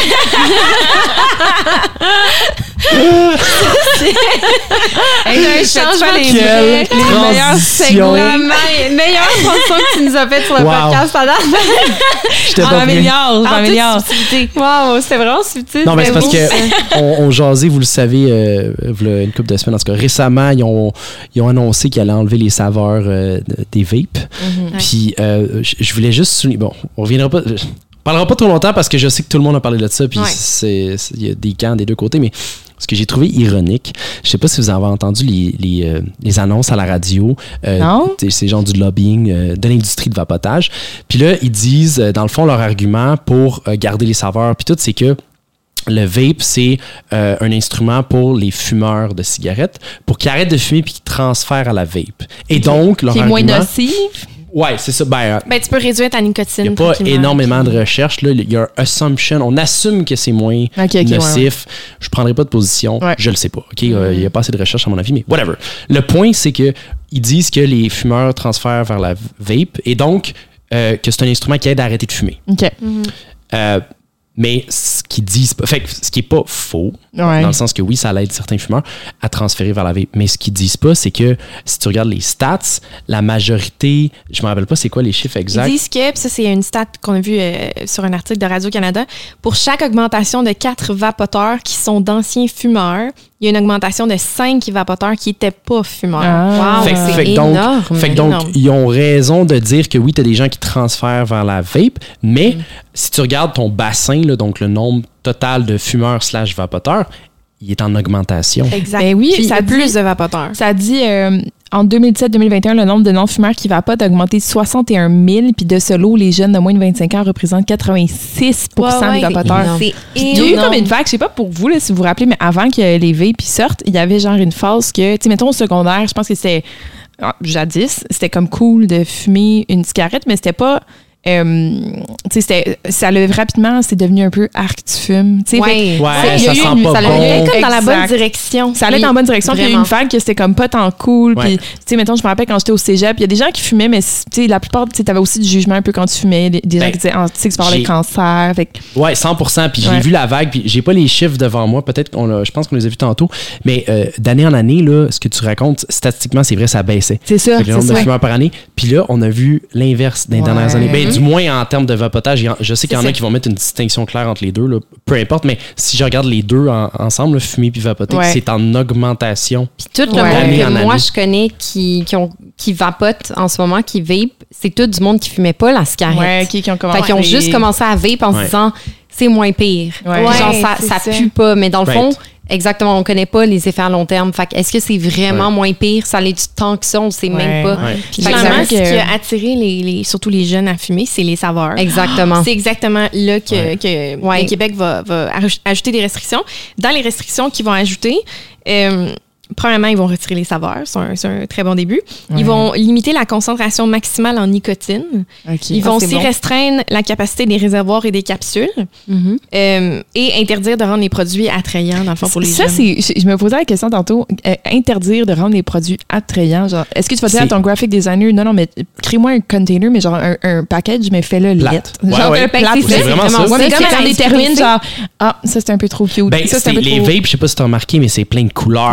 Un changement les meilleurs transitions que tu nous as faites sur le podcast à date. Je m'améliore. Wow, c'était vraiment subtil. Non, mais c'est parce qu'on jasait, vous le savez, une couple de semaines. En tout cas, récemment, ils ont annoncé qu'ils allaient enlever les saveurs des vapes. Puis, je voulais juste souligner... Bon, on reviendra pas... On parlera pas trop longtemps parce que je sais que tout le monde a parlé de ça, puis il y a des camps des deux côtés, mais ce que j'ai trouvé ironique, je sais pas si vous avez entendu les annonces à la radio, c'est genre du lobbying de l'industrie de vapotage, puis là, ils disent, dans le fond, leur argument pour garder les saveurs, puis tout, c'est que le vape, c'est un instrument pour les fumeurs de cigarettes, pour qu'ils arrêtent de fumer puis qu'ils transfèrent à la vape. Et donc, leur argument... Qui est moins nocif. Ouais, c'est ça. Tu peux réduire ta nicotine. Il n'y a pas énormément de recherches. Là. Il y a un assumption. On assume que c'est moins nocif. Je ne prendrai pas de position. Je le sais pas. Il n'y a pas assez de recherches, à mon avis, mais whatever. Le point, c'est qu'ils disent que les fumeurs transfèrent vers la vape et donc que c'est un instrument qui aide à arrêter de fumer. Mais ce qu'ils disent pas, ce qui est pas faux, dans le sens que oui, ça aide certains fumeurs à transférer vers la vape. Mais ce qu'ils disent pas, c'est que si tu regardes les stats, la majorité, je me rappelle pas c'est quoi les chiffres exacts. Ils disent que, puis ça c'est une stat qu'on a vue sur un article de Radio-Canada, pour chaque augmentation de 4 vapoteurs qui sont d'anciens fumeurs, il y a une augmentation de 5 vapoteurs qui n'étaient pas fumeurs. C'est énorme. Donc, ils ont raison de dire que oui, tu as des gens qui transfèrent vers la vape, mais si tu regardes ton bassin, là, donc le nombre total de fumeurs / vapoteurs, il est en augmentation. Exact. Ben oui, ça a plus de vapoteurs. Ça dit, en 2017-2021, le nombre de non-fumeurs qui vapotent a augmenté de 61 000, puis de ce lot, les jeunes de moins de 25 ans représentent 86 des vapoteurs. C'est il y a eu comme une vague, je sais pas pour vous, là, si vous vous rappelez, mais avant que les vapes sortent, il y avait genre une phase que, tu sais, mettons au secondaire, je pense que c'était, jadis, c'était comme cool de fumer une cigarette, mais c'était pas... ça l'a rapidement, c'est devenu un peu arc tu fumes. Ça sent pas bon. Ça allait comme dans la bonne direction. Ça allait dans la bonne direction. Puis il y a eu une vague que c'était comme pas tant cool. Puis, tu sais, mettons, je me rappelle quand j'étais au cégep, il y a des gens qui fumaient, mais la plupart, tu avais aussi du jugement un peu quand tu fumais. Des gens qui disaient, tu sais, que tu parlais de cancer. Ouais, 100%. Puis j'ai vu la vague, puis j'ai pas les chiffres devant moi. Peut-être je pense qu'on les a vus tantôt. Mais d'année en année, là, ce que tu racontes, statistiquement, c'est vrai, ça baissait. C'est ça. Le nombre de fumeurs par année. Puis là, on a vu l'inverse dans les dernières années. Du moins en termes de vapotage, je sais qu'il y en a qui vont mettre une distinction claire entre les deux, là, peu importe, mais si je regarde les deux ensemble, là, fumer puis vapoter, c'est en augmentation. Puis tout le monde que moi je connais qui vapote en ce moment, qui vape, c'est tout du monde qui fumait pas la cigarette. Qui ont commencé. Fait qu'ils ont juste commencé à vape en se disant c'est moins pire. Genre ça pue pas, mais dans le fond, exactement, on connaît pas les effets à long terme. Fait que est-ce que c'est vraiment moins pire? Ça l'est du temps que ça, on sait même pas. Puis clairement, ce qui a attiré surtout les jeunes à fumer, c'est les saveurs. Exactement. C'est exactement là que le Québec va ajouter des restrictions. Dans les restrictions qu'ils vont ajouter, premièrement, ils vont retirer les saveurs. C'est un très bon début. Ils vont limiter la concentration maximale en nicotine. Ils vont aussi restreindre la capacité des réservoirs et des capsules. Et interdire de rendre les produits attrayants, dans le fond, pour les jeunes. Je me posais la question tantôt. Interdire de rendre les produits attrayants. Genre, est-ce que tu vas dire à ton graphic designer, non, mais crée-moi un container, mais genre un package, mais fais-le lettre. Genre c'est vraiment ça. C'est comme quand on détermine, genre, ça c'est un peu trop cute. Les vapes, je sais pas si tu as remarqué, mais c'est plein de couleurs. C'est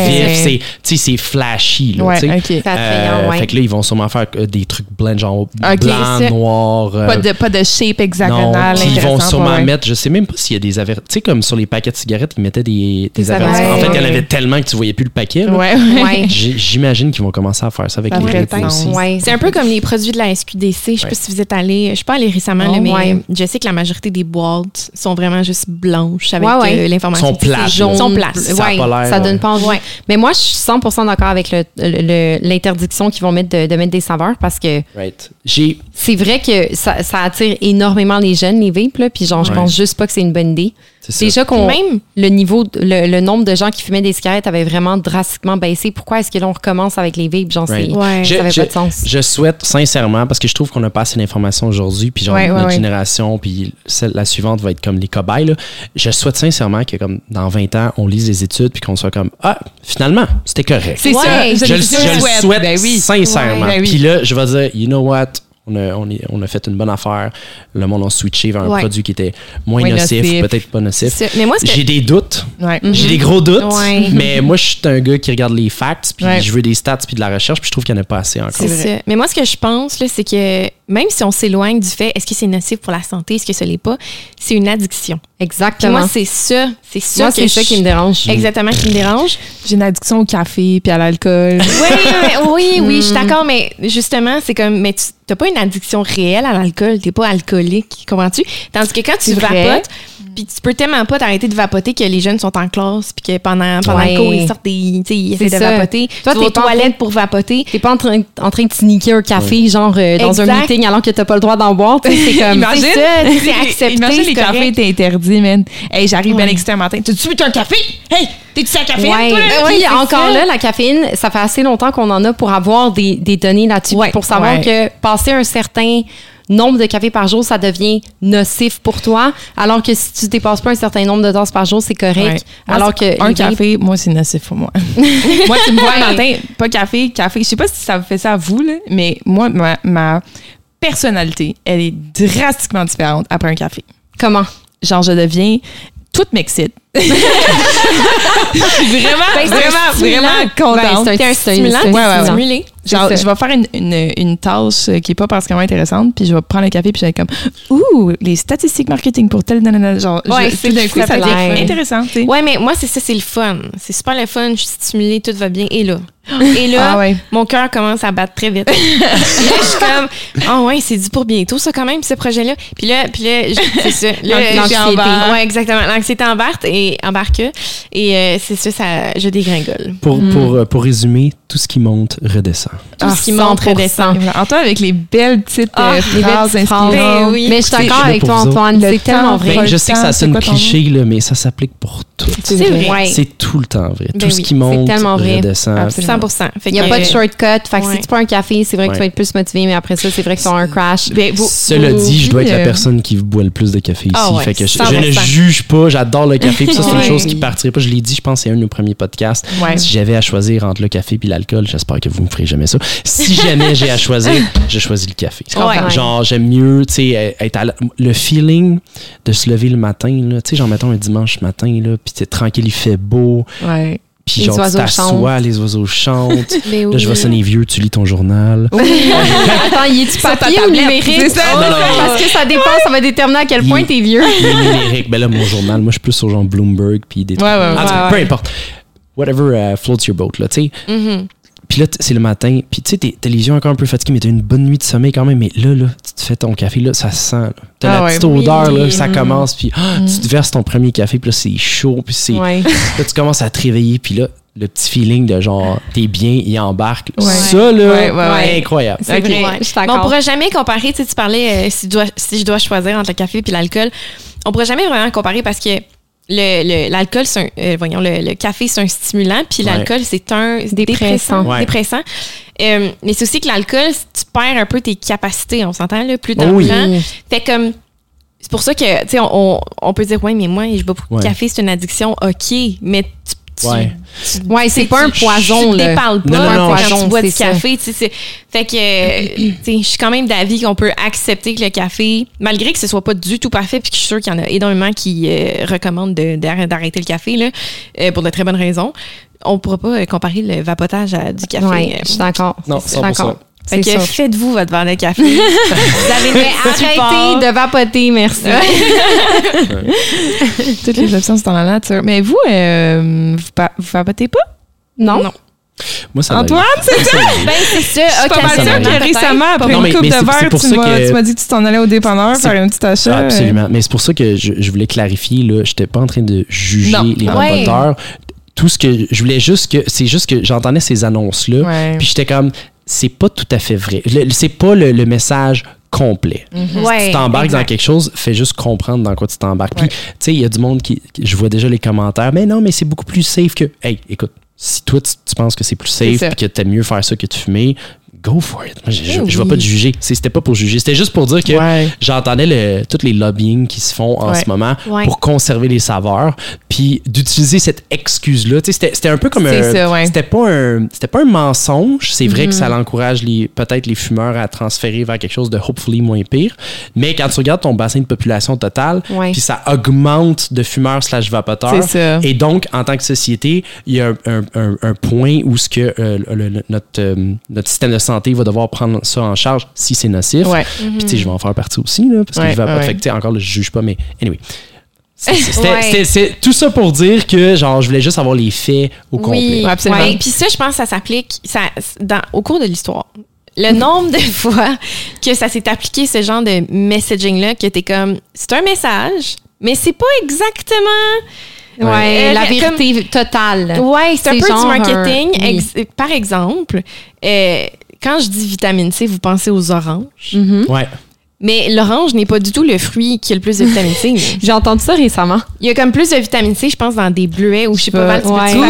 vif, c'est flashy. Là, ouais, OK. C'est attrayant, Fait que là, ils vont sûrement faire des trucs blends, genre blanc, noir. Pas de shape hexagonale. Puis ils vont sûrement mettre, je sais même pas s'il y a des avertissements. Tu sais, comme sur les paquets de cigarettes, ils mettaient des avertissements. En fait, il y en avait tellement que tu voyais plus le paquet. Ouais. J'imagine qu'ils vont commencer à faire ça avec les vrai rips aussi. Ouais. C'est un peu comme les produits de la SQDC. Je sais pas si vous êtes allés. Je suis pas allée récemment, là, mais je sais que la majorité des boîtes sont vraiment juste blanches avec l'information. Sont plates. Sont plates. Ça donne pas envie. Mais moi, je suis 100% d'accord avec l'interdiction qu'ils vont mettre de mettre des saveurs parce que c'est vrai que ça attire énormément les jeunes, les vapes, là, puis genre, je pense juste pas que c'est une bonne idée. Déjà même le nombre de gens qui fumaient des cigarettes avait vraiment drastiquement baissé. Pourquoi est-ce que là, on recommence avec les vapes? Genre, ça n'avait pas de sens. Je souhaite sincèrement, parce que je trouve qu'on a pas assez d'informations aujourd'hui, puis genre notre génération, puis la suivante va être comme les cobayes. Là. Je souhaite sincèrement que comme dans 20 ans, on lise les études puis qu'on soit comme finalement, c'était correct. C'est ça. Je le souhaite sincèrement. Puis là, je vais dire, you know what? On a fait une bonne affaire. Le monde a switché vers un produit qui était moins nocif, peut-être pas nocif. Mais moi, j'ai des doutes. J'ai des gros doutes. Mais moi, je suis un gars qui regarde les facts, puis je veux des stats, puis de la recherche, puis je trouve qu'il n'y en a pas assez encore. C'est ça. Mais moi, ce que je pense, là, c'est que même si on s'éloigne du fait, est-ce que c'est nocif pour la santé, est-ce que ce l'est pas, c'est une addiction. Exactement. Puis moi, c'est ça. Moi, c'est ça qui me dérange. Exactement, qui me dérange. J'ai une addiction au café puis à l'alcool. Oui, je suis d'accord, mais justement, c'est comme, mais tu n'as pas une addiction réelle à l'alcool, tu n'es pas alcoolique, comprends-tu? Tandis que quand tu vapotes, puis tu peux tellement pas t'arrêter de vapoter que les jeunes sont en classe, puis que pendant le cours, ils sortent ils essaient de vapoter. Toi, tu vas aux toilettes pour vapoter. T'es pas en train de sneaker un café, genre dans un meeting, alors que t'as pas le droit d'en boire. C'est comme, imagine, c'est accepté. Imagine les cafés étaient interdits, man. Hey, j'arrive bien excité un matin. T'as-tu bu un café? Hey, t'es-tu à la caféine, toi? Puis encore là, la caféine, ça fait assez longtemps qu'on en a pour avoir des données là-dessus, pour savoir que passer un certain nombre de cafés par jour, ça devient nocif pour toi, alors que si tu dépasses pas un certain nombre de tasses par jour, c'est correct. Alors que un café, moi, c'est nocif pour moi. Moi, tu me vois le matin, pas café. Je sais pas si ça vous fait ça à vous, là, mais moi, ma personnalité, elle est drastiquement différente après un café. Comment? Genre, je deviens... Tout m'excite. Vraiment contente. C'est un stimulant. Stimulé. Genre, je vais faire une tâche qui n'est pas particulièrement intéressante, puis je vais prendre le café, puis je vais être comme, les statistiques marketing pour tel, genre, tout d'un coup, ça devient intéressant. Ouais, mais moi, c'est ça, c'est le fun. C'est super le fun, je suis stimulée, tout va bien. Et là, mon cœur commence à battre très vite. Puis là, je suis comme, c'est dû pour bientôt, ça, quand même, ce projet-là. Puis là, c'est ça. L'anxiété. Ouais, exactement. L'anxiété embarque. Et c'est ça, je dégringole. Pour résumer, tout ce qui monte redescend. Tout ce qui monte redescend. Antoine, avec les belles petites phrases inspirantes. Mais je suis d'accord avec toi, Antoine. C'est tellement vrai. Je sais que ça sonne cliché, là, mais ça s'applique pour tout. C'est vrai. C'est tout le temps vrai. Tout ce qui monte redescend. 100%. Il n'y a pas de shortcut. Fait que si tu prends un café, c'est vrai que tu vas être plus motivé, mais après ça, c'est vrai que tu as un crash. Cela dit, je dois être la personne qui boit le plus de café ici. Fait que je ne juge pas. J'adore le café. Puis ça, c'est une chose qui partirait pas. Je l'ai dit, je pense, c'est un de nos premiers podcasts. Si j'avais à choisir entre le café et l'alcool, j'espère que vous ne me ferez jamais ça. Si jamais j'ai à choisir, je choisis le café. Genre, j'aime mieux, tu sais, être le feeling de se lever le matin, là. Tu sais, genre, mettons un dimanche matin, là, puis t'es tranquille, il fait beau. Ouais. Puis genre, tu t'assois, les oiseaux chantent. Là, je vais sonner vieux, tu lis ton journal. Attends, il est-tu papier ou numérique? C'est ça. Parce que ça dépend, ça va déterminer à quel point t'es vieux. Il est numérique. Ben là, mon journal, moi, je suis plus sur genre Bloomberg, puis des trucs. Peu importe. Whatever floats your boat, là, tu sais. Puis là, c'est le matin, puis tu sais, t'as les yeux encore un peu fatigués, mais t'as une bonne nuit de sommeil quand même. Mais là, tu te fais ton café, là, ça sent. Là. T'as la petite odeur, là, ça commence, puis tu te verses ton premier café, puis là, c'est chaud, puis c'est... Là, tu commences à te réveiller, puis là, le petit feeling de genre, t'es bien, il embarque. Ça, là, incroyable. C'est vrai. On pourra jamais comparer, tu sais, tu parlais si je dois choisir entre le café et l'alcool. On pourra jamais vraiment comparer parce que l'alcool, c'est le café, c'est un stimulant, puis l'alcool, c'est un dépressant. Mais c'est aussi que l'alcool, tu perds un peu tes capacités, on s'entend, là, plus dans le temps. Fait comme, c'est pour ça que, tu sais, on peut dire, mais moi, je bois beaucoup de café, c'est une addiction, OK, mais c'est pas un poison, là. Tu déparles pas non, quand tu bois du café. Fait que, je suis quand même d'avis qu'on peut accepter que le café, malgré que ce soit pas du tout parfait, puis que je suis sûre qu'il y en a énormément qui recommandent d'arrêter le café, là, pour de très bonnes raisons. on pourra pas comparer le vapotage à du café. Oui, je suis d'accord. Non, je suis d'accord. Fait que faites-vous votre verre de café. Vous avez arrêtez de vapoter, merci. Toutes les options sont dans la nature. Mais vous, vous vapotez pas? Non. Moi, ça Antoine, c'est ça? Ben, c'est ça. Je suis pas mal sûre que récemment, après une couple de verre, tu m'as dit que tu t'en allais au dépanneur faire un petit achat. Absolument. Mais c'est pour ça que je voulais clarifier, là, je n'étais pas en train de juger les vapoteurs. Tout ce que je voulais c'est juste que j'entendais ces annonces-là, puis j'étais comme, c'est pas tout à fait vrai. C'est pas le message complet. Si tu t'embarques dans quelque chose, fais juste comprendre dans quoi tu t'embarques. Puis, tu sais, il y a du monde je vois déjà les commentaires, mais non, mais c'est beaucoup plus safe que... Hey, écoute, si toi, tu penses que c'est plus safe et que t'aimes mieux faire ça que de fumer, go for it. Moi, je vais pas te juger. C'était pas pour juger. C'était juste pour dire que j'entendais tous les lobbying qui se font en ce moment pour conserver les saveurs, puis d'utiliser cette excuse-là. C'était un peu comme c'était pas un mensonge. C'est vrai que ça encourage peut-être les fumeurs à transférer vers quelque chose de hopefully moins pire. Mais quand tu regardes ton bassin de population total, puis ça augmente de fumeurs / vapoteurs. Et donc, en tant que société, il y a un point où notre système de santé va devoir prendre ça en charge si c'est nocif. Puis, tu sais, je vais en faire partie aussi, là, parce que je vais pas affecter. Encore, là, je juge pas, mais anyway. C'est tout ça pour dire que, genre, je voulais juste avoir les faits au complet. Oui, absolument. Puis ça, je pense que ça s'applique au cours de l'histoire. Le nombre de fois que ça s'est appliqué, ce genre de messaging-là, que t'es comme, c'est un message, mais c'est pas exactement... la vérité totale. Ouais, c'est un peu du marketing. Par exemple, quand je dis vitamine C, vous pensez aux oranges. Ouais. Mais l'orange n'est pas du tout le fruit qui a le plus de vitamine C. J'ai entendu ça récemment. Il y a comme plus de vitamine C, je pense, dans des bleuets ou je sais pas mal,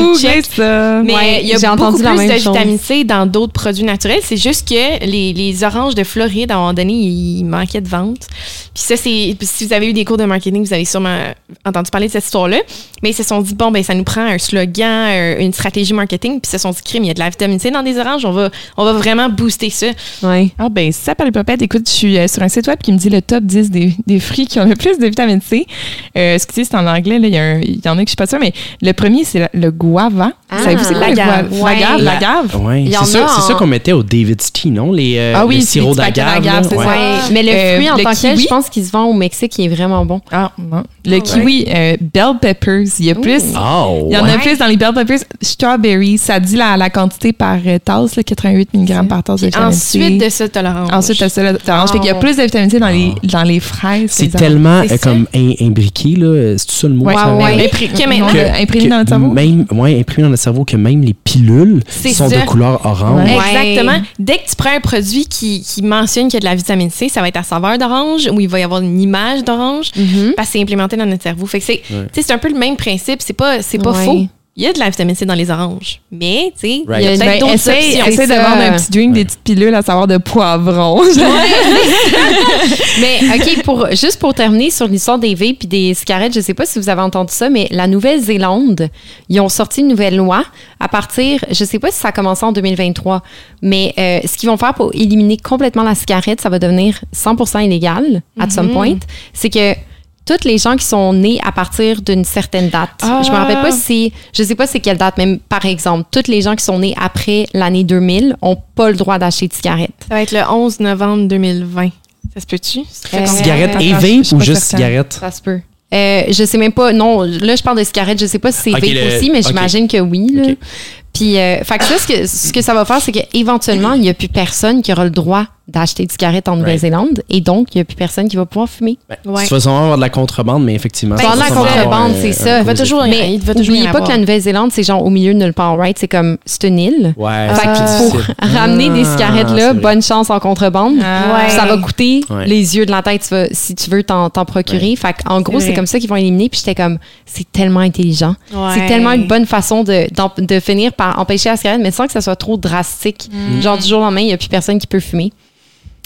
mais il y a beaucoup plus de vitamine C dans d'autres produits naturels. C'est juste que les oranges de Floride, à un moment donné, ils manquaient de vente. Puis ça, si vous avez eu des cours de marketing, vous avez sûrement entendu parler de cette histoire-là. Mais ils se sont dit, bon, ben ça nous prend un slogan, une stratégie marketing. Puis ils se sont dit, crime, il y a de la vitamine C dans des oranges. On va vraiment booster ça. Ouais. Ah ben, ça s'appelle Popette. Écoute, je suis sur un site web qui me dit le top 10 des fruits qui ont le plus de vitamine C. Excusez, c'est en anglais. Il y en a que je suis pas sûre, mais le premier, c'est le guava. Savez-vous, c'est quoi la gave? Oui, c'est ça qu'on mettait au David's Tea, non? Les sirops d'agave. Mais le fruit en tant que tel, je pense qu'il se vend au Mexique, il est vraiment bon. Ah, non. Le kiwi, bell peppers, il y a plus. Il y en a plus dans les bell peppers. Strawberry, ça dit la quantité par tasse, 88 mg par tasse de vitamine C. Ensuite de ça, t'as l'orange. Ensuite, t'as ça, l'orange. Fait qu'il y a plus de vitamine C dans les fraises. C'est tellement comme imbriqué, là. C'est tout ça le mot? Imprimé dans notre cerveau? Imprimé dans notre cerveau, que même les pilules sont de couleur orange. Exactement. Dès que tu prends un produit qui mentionne qu'il y a de la vitamine C, ça va être à saveur d'orange ou il va y avoir une image d'orange parce que c'est implémenté dans notre cerveau. Fait que c'est un peu le même principe. C'est pas faux. Il y a de la vitamine C dans les oranges. Mais, tu sais, il y a peut-être d'autres options. Essaye de vendre un petit drink, des petites pilules à savoir de poivron. Mais, OK, juste pour terminer sur l'histoire des vapes et des cigarettes, je sais pas si vous avez entendu ça, mais la Nouvelle-Zélande, ils ont sorti une nouvelle loi à partir, je sais pas si ça a commencé en 2023, mais ce qu'ils vont faire pour éliminer complètement la cigarette, ça va devenir 100% illégal, at some point, c'est que toutes les gens qui sont nés à partir d'une certaine date. Je me rappelle pas je sais pas c'est quelle date, mais par exemple, toutes les gens qui sont nés après l'année 2000 ont pas le droit d'acheter de cigarettes. Ça va être le 11 novembre 2020. Ça se peut-tu? Cigarette et vape ou juste cigarette? Ça se peut. Je sais même pas. Non, là, je parle de cigarettes. Je sais pas si c'est vape aussi, mais j'imagine que oui. Là. Puis, fait que ça, ce que ça va faire, c'est qu'éventuellement, il n'y a plus personne qui aura le droit d'acheter des cigarettes en Nouvelle-Zélande et donc, il n'y a plus personne qui va pouvoir fumer. Tu vas sûrement avoir de la contrebande, mais effectivement... de la contrebande, c'est ça. Il va toujours rien. N'oubliez pas que la Nouvelle-Zélande, c'est genre au milieu de nulle part, right? C'est comme, c'est une île. Fait que pour ramener des cigarettes là, bonne chance en contrebande. Ça va coûter les yeux de la tête si tu veux t'en procurer. Fait en gros, c'est comme ça qu'ils vont éliminer. Puis j'étais comme, c'est tellement intelligent. C'est tellement une bonne façon de finir par empêcher la cigarette, mais sans que ça soit trop drastique. Genre, du jour au lendemain, il n'y a plus personne qui peut fumer.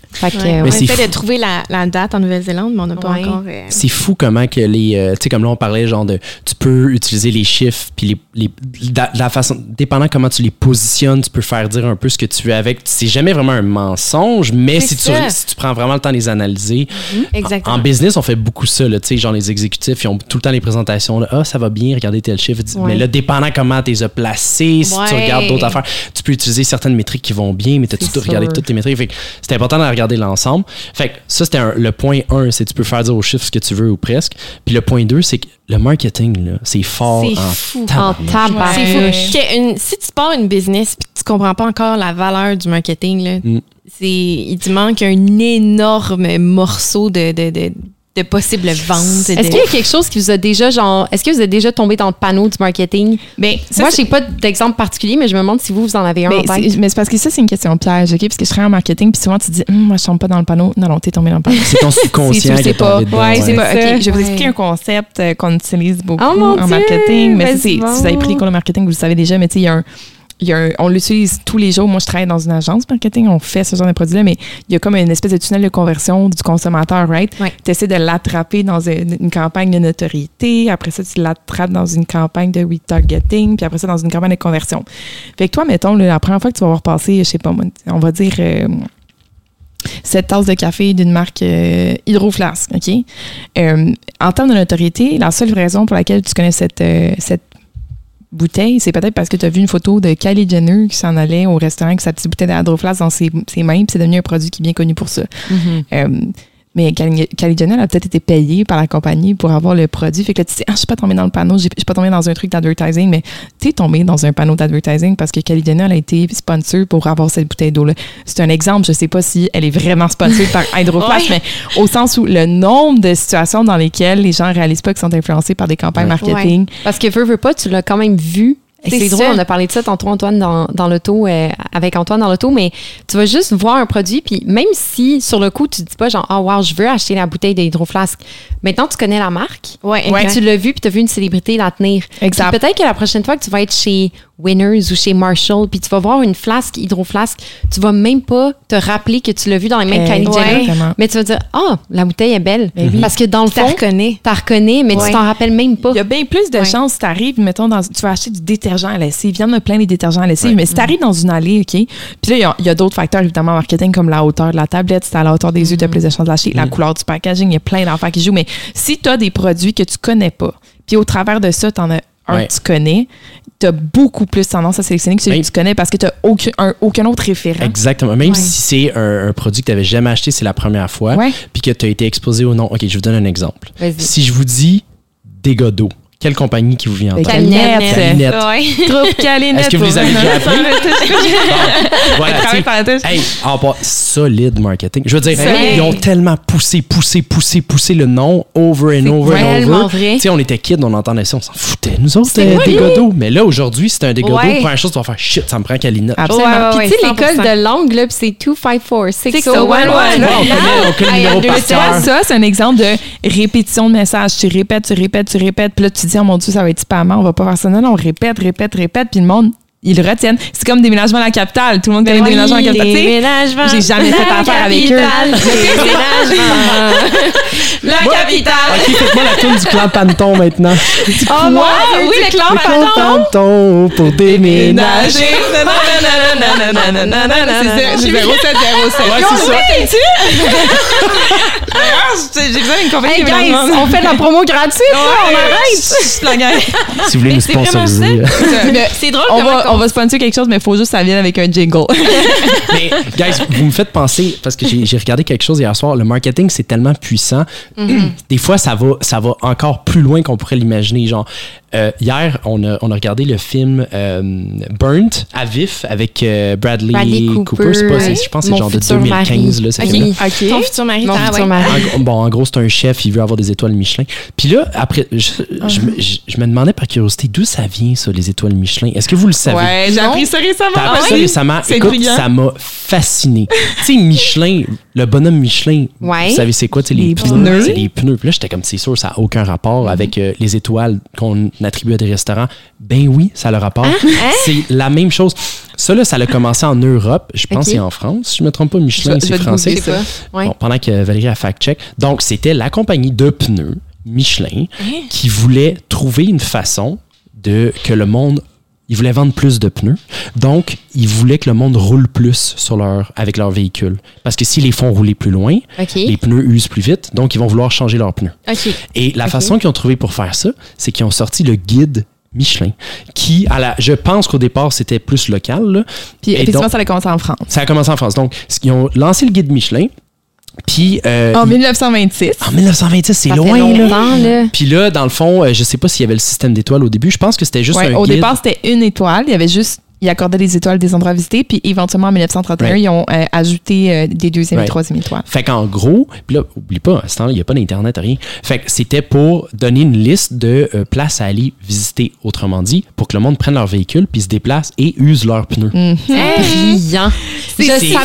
Fait que, on Mais c'est essaie fou. de trouver la date en Nouvelle-Zélande, mais on n'a pas encore... C'est fou comment que les... tu sais, comme là, on parlait genre de... Tu peux utiliser les chiffres, puis la façon... Dépendant comment tu les positionnes, tu peux faire dire un peu ce que tu veux avec. C'est jamais vraiment un mensonge, mais si tu prends vraiment le temps de les analyser... Exactement. En business, on fait beaucoup ça, là, tu sais, genre les exécutifs, ils ont tout le temps les présentations, là, ah, ça va bien, regardez tel chiffre. Mais là, dépendant comment tu les as placés, si tu regardes d'autres affaires, tu peux utiliser certaines métriques qui vont bien, mais tu as regardé toutes tes métriques. Fait que c'est important de regarder l'ensemble. Fait que ça, c'était le point 1, c'est que tu peux faire dire aux chiffres ce que tu veux ou presque. Puis le point 2, c'est que le marketing, là, c'est fort en tabac. C'est fou. Si tu pars une business et que tu comprends pas encore la valeur du marketing, là, il te manque un énorme morceau de possibles ventes. Est-ce qu'il y a quelque chose qui vous a déjà, est-ce que vous êtes déjà tombé dans le panneau du marketing? Moi, j'ai pas d'exemple particulier, mais je me demande si vous en avez un en tête. Mais c'est parce que ça, c'est une question piège, OK? Parce que je serais en marketing, puis souvent, tu dis, moi, je tombe pas dans le panneau. Non, t'es tombé dans le panneau. C'est ton subconscient qui est tombé dedans. C'est pas. OK, je vais vous expliquer un concept qu'on utilise beaucoup en marketing. Mais si vous avez pris les cours de marketing, vous le savez déjà, mais tu sais, on l'utilise tous les jours. Moi, je travaille dans une agence marketing, on fait ce genre de produit-là, mais il y a comme une espèce de tunnel de conversion du consommateur, right? Ouais. Tu essaies de l'attraper dans une campagne de notoriété, après ça, tu l'attrapes dans une campagne de retargeting, puis après ça, dans une campagne de conversion. Fait que toi, mettons, la première fois que tu vas avoir passé, je sais pas, on va dire... cette tasse de café d'une marque Hydro Flask, OK? En termes de notoriété, la seule raison pour laquelle tu connais cette bouteille, c'est peut-être parce que tu as vu une photo de Kylie Jenner qui s'en allait au restaurant avec sa petite bouteille d'Hydro Flask dans ses mains, puis c'est devenu un produit qui est bien connu pour ça. Mais Kylie Jenner a peut-être été payée par la compagnie pour avoir le produit. Fait que là, tu sais, je suis pas tombée dans le panneau, je suis pas tombée dans un truc d'advertising, mais tu es tombée dans un panneau d'advertising parce que Kylie Jenner a été sponsor pour avoir cette bouteille d'eau-là. C'est un exemple, je sais pas si elle est vraiment sponsorisée par Hydro Flask, mais au sens où le nombre de situations dans lesquelles les gens réalisent pas qu'ils sont influencés par des campagnes marketing. Parce que veux pas, tu l'as quand même vu. C'est drôle, on a parlé de ça tantôt, Antoine, dans l'auto, avec Antoine dans l'auto, mais tu vas juste voir un produit, puis même si, sur le coup, tu te dis pas genre, oh wow, je veux acheter la bouteille d'Hydro Flask. Maintenant, tu connais la marque. Tu l'as vu, puis tu as vu une célébrité la tenir. Exact. Peut-être que la prochaine fois que tu vas être chez Winners ou chez Marshall, puis tu vas voir une flasque Hydro Flask, tu vas même pas te rappeler que tu l'as vu dans les mains de Kylie Jenner, mais tu vas dire, la bouteille est belle. Parce que dans le fond, tu la reconnais, mais tu t'en rappelles même pas. Il y a bien plus de chances si tu arrives, mettons, tu vas acheter du détergent à lessive. Il y en a plein des détergents à lessive, mais si tu arrives dans une allée, OK, puis là, il y a d'autres facteurs, évidemment, marketing, comme la hauteur de la tablette, si tu à la hauteur des yeux, tu as plus de chances de l'acheter, la couleur du packaging, il y a plein d'affaires qui jouent, mais si tu as des produits que tu connais pas, puis au travers de ça, tu en as un que tu connais, tu as beaucoup plus tendance à sélectionner que celui que tu connais parce que tu n'as aucun autre référent. Exactement. Même si c'est un produit que tu n'avais jamais acheté, c'est la première fois, puis que tu as été exposé au nom. OK, je vous donne un exemple. Si je vous dis dégâts d'eau, quelle compagnie qui vous vient en tête? Calinette. Groupe Calinette. Est-ce que vous les avez déjà appelés? Voilà, solide marketing. Je veux dire, ils ont tellement poussé le nom over and over. Tu sais, on était kids, on entendait ça, on s'en foutait. Nous autres, dégâts d'eau. Mais là, aujourd'hui, c'est un dégât d'eau. Première chose, tu vas faire shit, ça me prend Calinette. Absolument. Puis tu sais, l'école de langue, là, c'est 254 6011. On connaît le numéro par cœur. Ça, c'est un exemple de répétition de message. Tu répètes. Puis là, tu dis, oh mon Dieu, ça va être spammant, on va pas faire ça. Non, on répète, puis le monde, ils le retiennent. C'est comme Déménagement à la capitale. Tout le monde connaît Déménagement à la capitale. J'ai jamais fait affaire avec eux. La capitale. OK, faites-moi la tourne du clan Panton maintenant. Oh moi, oui, le clan Panton pour déménager. C'est 0707. Ouais, c'est ça. J'ai besoin d'une compagnie de déménagement. On fait de la promo gratuite. On arrête. Si vous voulez nous sponsoriser. C'est drôle. On va sponsor quelque chose, mais il faut juste que ça vienne avec un jingle. Mais, guys, vous me faites penser, parce que j'ai regardé quelque chose hier soir, le marketing, c'est tellement puissant. Des fois, ça va encore plus loin qu'on pourrait l'imaginer. Genre, hier, on a regardé le film Burnt à vif avec Bradley Cooper. Je pense que c'est genre de 2015, là, ce film-là. Ton futur mari. En gros, c'est un chef, il veut avoir des étoiles Michelin. Puis là, après, je me demandais par curiosité, d'où ça vient, ça, les étoiles Michelin? Est-ce que vous le savez? Ouais, j'ai appris ça récemment. T'as appris ça récemment. Écoute, ça m'a fasciné. Tu sais, Michelin, le bonhomme Michelin, vous savez c'est quoi? Les pneus. C'est les pneus. Puis là, j'étais comme, c'est sûr, ça n'a aucun rapport avec les étoiles qu'on attribue à des restaurants. Ben oui, ça a le rapport. C'est la même chose. ça a commencé en Europe. Je pense que c'est en France. Si je ne me trompe pas, Michelin, c'est français. Je sais pas. Ouais. Bon, pendant que Valérie a fact-check. Donc, c'était la compagnie de pneus Michelin qui voulait trouver une façon que le monde... Ils voulaient vendre plus de pneus. Donc, ils voulaient que le monde roule plus avec leur véhicule. Parce que s'ils les font rouler plus loin, les pneus usent plus vite. Donc, ils vont vouloir changer leurs pneus. Et la façon qu'ils ont trouvé pour faire ça, c'est qu'ils ont sorti le guide Michelin, qui, je pense qu'au départ, c'était plus local. Là. Puis, effectivement, ça a commencé en France. Ça a commencé en France. Donc, ils ont lancé le guide Michelin. Puis, en 1926. En 1926, c'est loin, là. Puis là, dans le fond, je sais pas s'il y avait le système d'étoiles au début. Je pense que c'était juste un guide. Au départ, c'était une étoile. Il y avait juste... Ils accordaient des étoiles des endroits visités, puis éventuellement, en 1931, ils ont ajouté des deuxième et troisième étoiles. Fait qu'en gros, puis là, oublie pas, à ce temps-là, il n'y a pas d'Internet, rien. Fait que c'était pour donner une liste de places à aller visiter, autrement dit, pour que le monde prenne leur véhicule, puis se déplace et use leurs pneus. Brillant. Je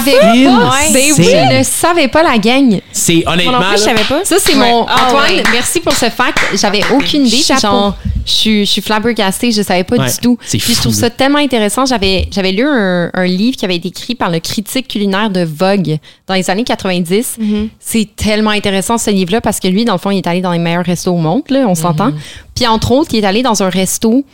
ne savais pas la gang. C'est honnêtement... Moi non plus, je savais pas. Ça, c'est mon... Antoine, merci pour ce fact. J'avais aucune idée. Genre, je suis flabbergastée, je savais pas du tout. Puis je trouve ça tellement intéressant. J'avais lu un livre qui avait été écrit par le critique culinaire de Vogue dans les années 90. C'est tellement intéressant, ce livre-là, parce que lui, dans le fond, il est allé dans les meilleurs restos au monde, là, on s'entend. Puis entre autres, il est allé dans un resto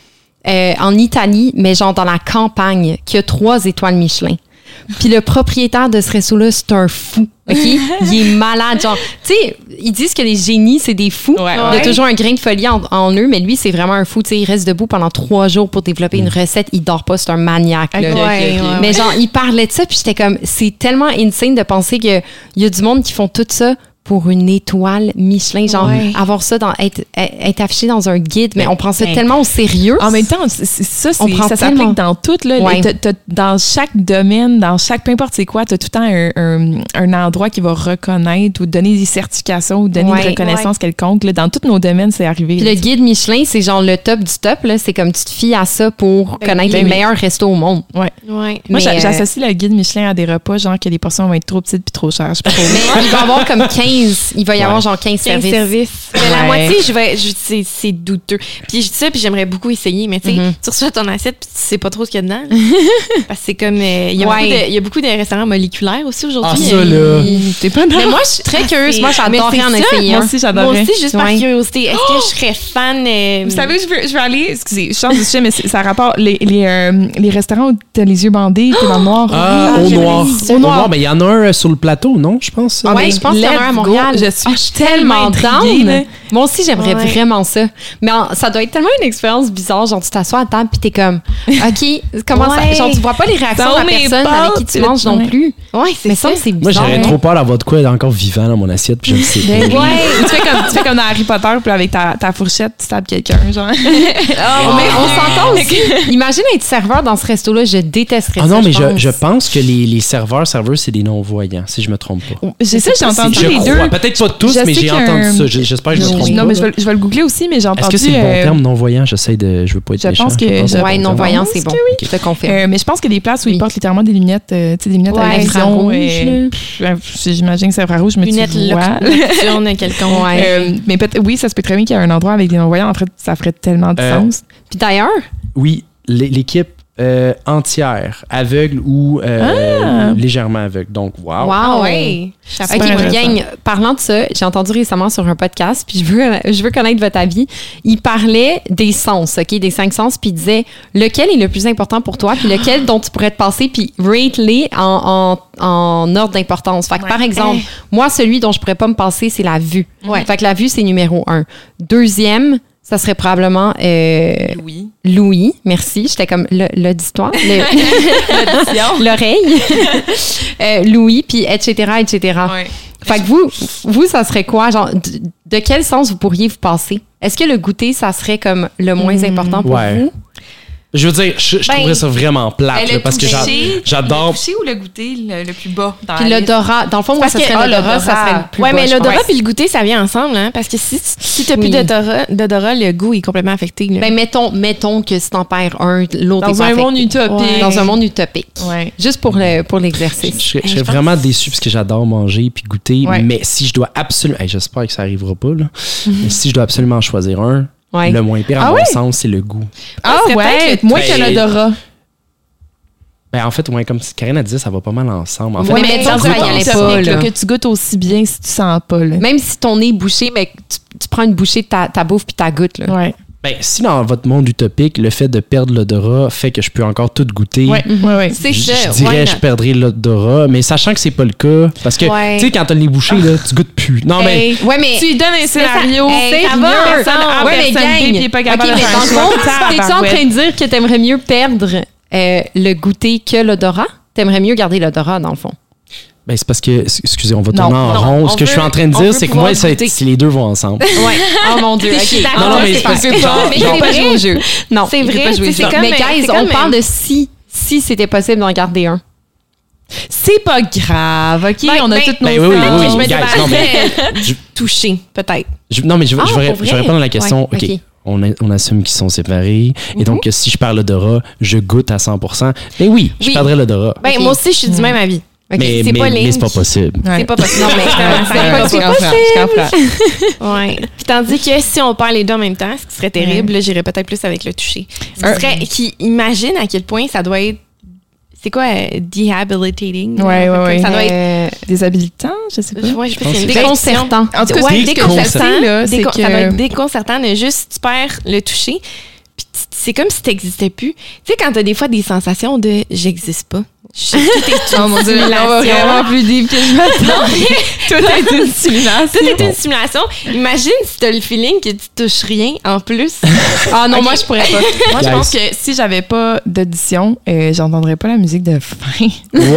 en Italie, mais genre dans la campagne, qui a 3 étoiles Michelin. Puis le propriétaire de ce resto-là, c'est un fou. OK? Il est malade. Genre, tu sais, ils disent que les génies, c'est des fous. Il y a toujours un grain de folie en eux, mais lui, c'est vraiment un fou. Tu sais, il reste debout pendant 3 jours pour développer une recette. Il dort pas, c'est un maniaque. Mais genre, il parlait de ça, puis j'étais comme, c'est tellement insane de penser qu'il y a du monde qui font tout ça pour une étoile Michelin, genre avoir ça être affiché dans un guide, mais on prend ça tellement au sérieux. En même temps, ça s'applique dans tout, là. Dans chaque domaine, peu importe c'est quoi, t'as tout le temps un endroit qui va reconnaître ou donner des certifications ou donner une reconnaissance quelconque. Là. Dans tous nos domaines, c'est arrivé. Puis le guide Michelin, c'est genre le top du top, là. C'est comme tu te fies à ça pour connaître les meilleurs restos au monde. Moi, j'associe le guide Michelin à des repas, genre que les portions vont être trop petites puis trop chères. Je sais pas mais il va y avoir comme 15. Il va y avoir genre 15 services. Mais la moitié, c'est douteux. Puis je dis ça, puis j'aimerais beaucoup essayer. Mais tu sais, tu reçois ton assiette, puis tu sais pas trop ce qu'il y a dedans. Parce que c'est comme... Il y a beaucoup de restaurants moléculaires aussi aujourd'hui. Ah, ça, là! T'es pas mais moi, je suis très curieuse. Moi, j'adorerais en essayer. Moi aussi, j'adorerais. Moi aussi, juste par curiosité. Est-ce que je serais fan... Vous savez, je vais aller... Excusez, je change de sujet, mais ça rapporte les restaurants où t'as les yeux bandés, t'es dans le noir. Au noir. Au noir. Mais il y en a un sur le plateau, non? Je pense. Oui, je pense qu'il y en a un à Montréal. Je suis tellement down. Moi aussi, j'aimerais vraiment ça. Mais ça doit être tellement une expérience bizarre. Genre, tu t'assois à table puis t'es comme, OK, comment ça? Genre, tu vois pas les réactions de la personne avec qui tu manges non plus. Mais ça, c'est bizarre. Moi, j'aurais trop peur d'avoir de quoi encore vivant dans mon assiette puis je le sais pas. Tu fais comme dans Harry Potter puis avec ta fourchette, tu tapes quelqu'un, genre. Mais on s'entend aussi. Imagine être serveur dans ce resto-là. Je détesterais ça. Ah non, mais je pense que les serveurs, c'est des non-voyants, si je me trompe pas. C'est ça, j'ai entendu les deux. Peut-être pas tous, mais j'ai entendu ça. J'espère que je me trompe pas. Non, mais je vais le googler aussi, mais j'ai entendu... Est-ce que c'est le bon terme, non-voyant? Je veux pas être méchant. Je pense que... non-voyant, c'est bon. Je te confirme. Mais je pense qu'il y a des places où ils portent littéralement des lunettes, tu sais, des lunettes à vision. J'imagine que c'est infrarouge, mais lunettes nocturnes quelconque. Mais oui, ça se peut très bien qu'il y ait un endroit avec des non-voyants. En fait, ça ferait tellement de sens. Puis d'ailleurs... Oui, l'équipe entière, aveugle ou légèrement aveugle. Donc, wow. Wow, oui. OK, gang, parlant de ça, j'ai entendu récemment sur un podcast, puis je veux connaître votre avis. Il parlait des sens, OK, des 5 sens, puis il disait lequel est le plus important pour toi, puis lequel dont tu pourrais te passer, puis rate-les en ordre d'importance. Fait que, par exemple, moi, celui dont je pourrais pas me passer, c'est la vue. Fait que la vue, c'est numéro 1. Deuxième, ça serait probablement Louis, merci. J'étais comme l'auditoire, l'oreille. Louis, puis etc. Ouais. Fait que vous, ça serait quoi? Genre, de quel sens vous pourriez vous passer? Est-ce que le goûter, ça serait comme le moins important pour vous? Je veux dire, je trouverais ça vraiment plate, là, parce que j'adore... Le toucher ou le goûter le plus bas? Puis l'odorat. Dans le fond, moi, ça serait l'odorat, ça serait le plus bas. Mais l'odorat puis le goûter, ça vient ensemble, hein? Parce que si t'as plus d'odorat, le goût est complètement affecté. Là. Ben, mettons que si t'en perds un, l'autre est pas affecté. Dans un monde utopique. Dans un monde utopique. Juste pour l'exercice. Je serais vraiment déçue parce que j'adore manger puis goûter, mais si je dois absolument... j'espère que ça arrivera pas, là. Mais si je dois absolument choisir un... Le moins pire, à mon sens, c'est le goût. Moins que l'odorat. Ben, en fait, ouais, comme Karine a dit, ça va pas mal ensemble. En fait, Ouais, mais dans ça y un allait topic, pas, là, là. que tu goûtes aussi bien si tu sens pas. Là. Même si ton nez est bouché, mais tu prends une bouchée de ta bouffe puis ta goutte. Là. Ouais. ben, si dans votre monde utopique, le fait de perdre l'odorat fait que je peux encore tout goûter, Ouais. C'est je ça. dirais je perdrais l'odorat, mais sachant que c'est pas le cas, parce que, Ouais. tu sais, quand t'as le nez bouché, là, tu goûtes plus. Non, mais... Hey, Ouais, mais Tu lui donnes un scénario, Hey, c'est ça va, mieux. personne A, ouais, mais personne B, gang. puis il est pas capable OK, de mais faire dans un le fond, choix. t'es-tu en Tabarouette. train de dire que t'aimerais mieux perdre le goûter que l'odorat? T'aimerais mieux garder l'odorat, dans le fond. Ben, c'est parce que, excusez, on va Non, tourner en non, rond. on Ce que je suis veut- en train de on dire, veut c'est que pouvoir moi, goûter. les deux vont ensemble. Ouais. Oh mon Dieu. Je suis OK. d'accord. Non, mais c'est c'est parce pas- que genre, mais Il genre, peut pas jouer au jeu. Non, C'est il peut vrai, pas jouer au c'est jeu. comme- Mais c'est guys, comme- on parle de si c'était possible d'en garder un. C'est pas grave, OK? Ben, on a ben, toutes nos ben oui, sens. oui, je me guys, non, mais- débarrasserais toucher, peut-être. non, mais je vais pour vrai? répondre à la question. Ouais, OK. ok. On assume qu'ils sont séparés. Et donc, si je perds l'odorat, je goûte à 100%. Mais oui, je Oui. perdrais l'odorat. Ben, Ok. moi aussi, je suis du même avis. Mais c'est pas mais c'est pas Link. possible. Ouais. C'est pas possible. Non, mais c'est pas Je comprends. Ouais. Puis tandis que si on perd les deux en même temps, ce qui serait terrible, là, j'irais peut-être plus avec le toucher. Ce qui serait, qui imagine à quel point ça doit être. C'est quoi, déhabilitating? Ouais, là? ouais, ouais. Ça doit être. Déshabilitant, je sais pas. Ouais, je sais pas pense si que c'est une déconcertant. En tout cas, Ouais, c'est déconcertant, là, c'est Ça doit que... être déconcertant de juste, tu perds le toucher. Puis c'est comme si t'existais plus. Tu sais, quand t'as des fois des sensations de j'existe pas. Tout est Oh mon Dieu, là, on va vraiment plus deep que je m'attendais. Tout est une simulation. Tout est une simulation. Imagine si t'as le feeling que tu touches rien en plus. Ah non, Ok. moi, je pourrais pas. Moi, je Guys. pense que si j'avais pas d'audition, j'entendrais pas la musique de fin. Wow!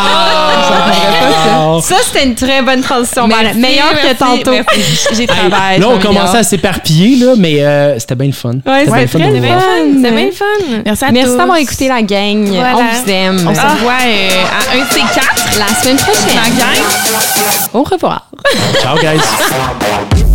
Ça, c'était une très bonne transition. Merci, Meilleure que merci, tantôt. merci. J'ai Hey, travaillé. là, on commençait à s'éparpiller, là, mais c'était bien le fun. Ouais, C'était bien le fun de très vous bien. voir. C'est bien le fun. Merci à Merci tous. d'avoir écouté la gang. Voilà. On vous aime. On se revoit à un de ces 4, La semaine prochaine. la gang. Au revoir. Ciao, guys!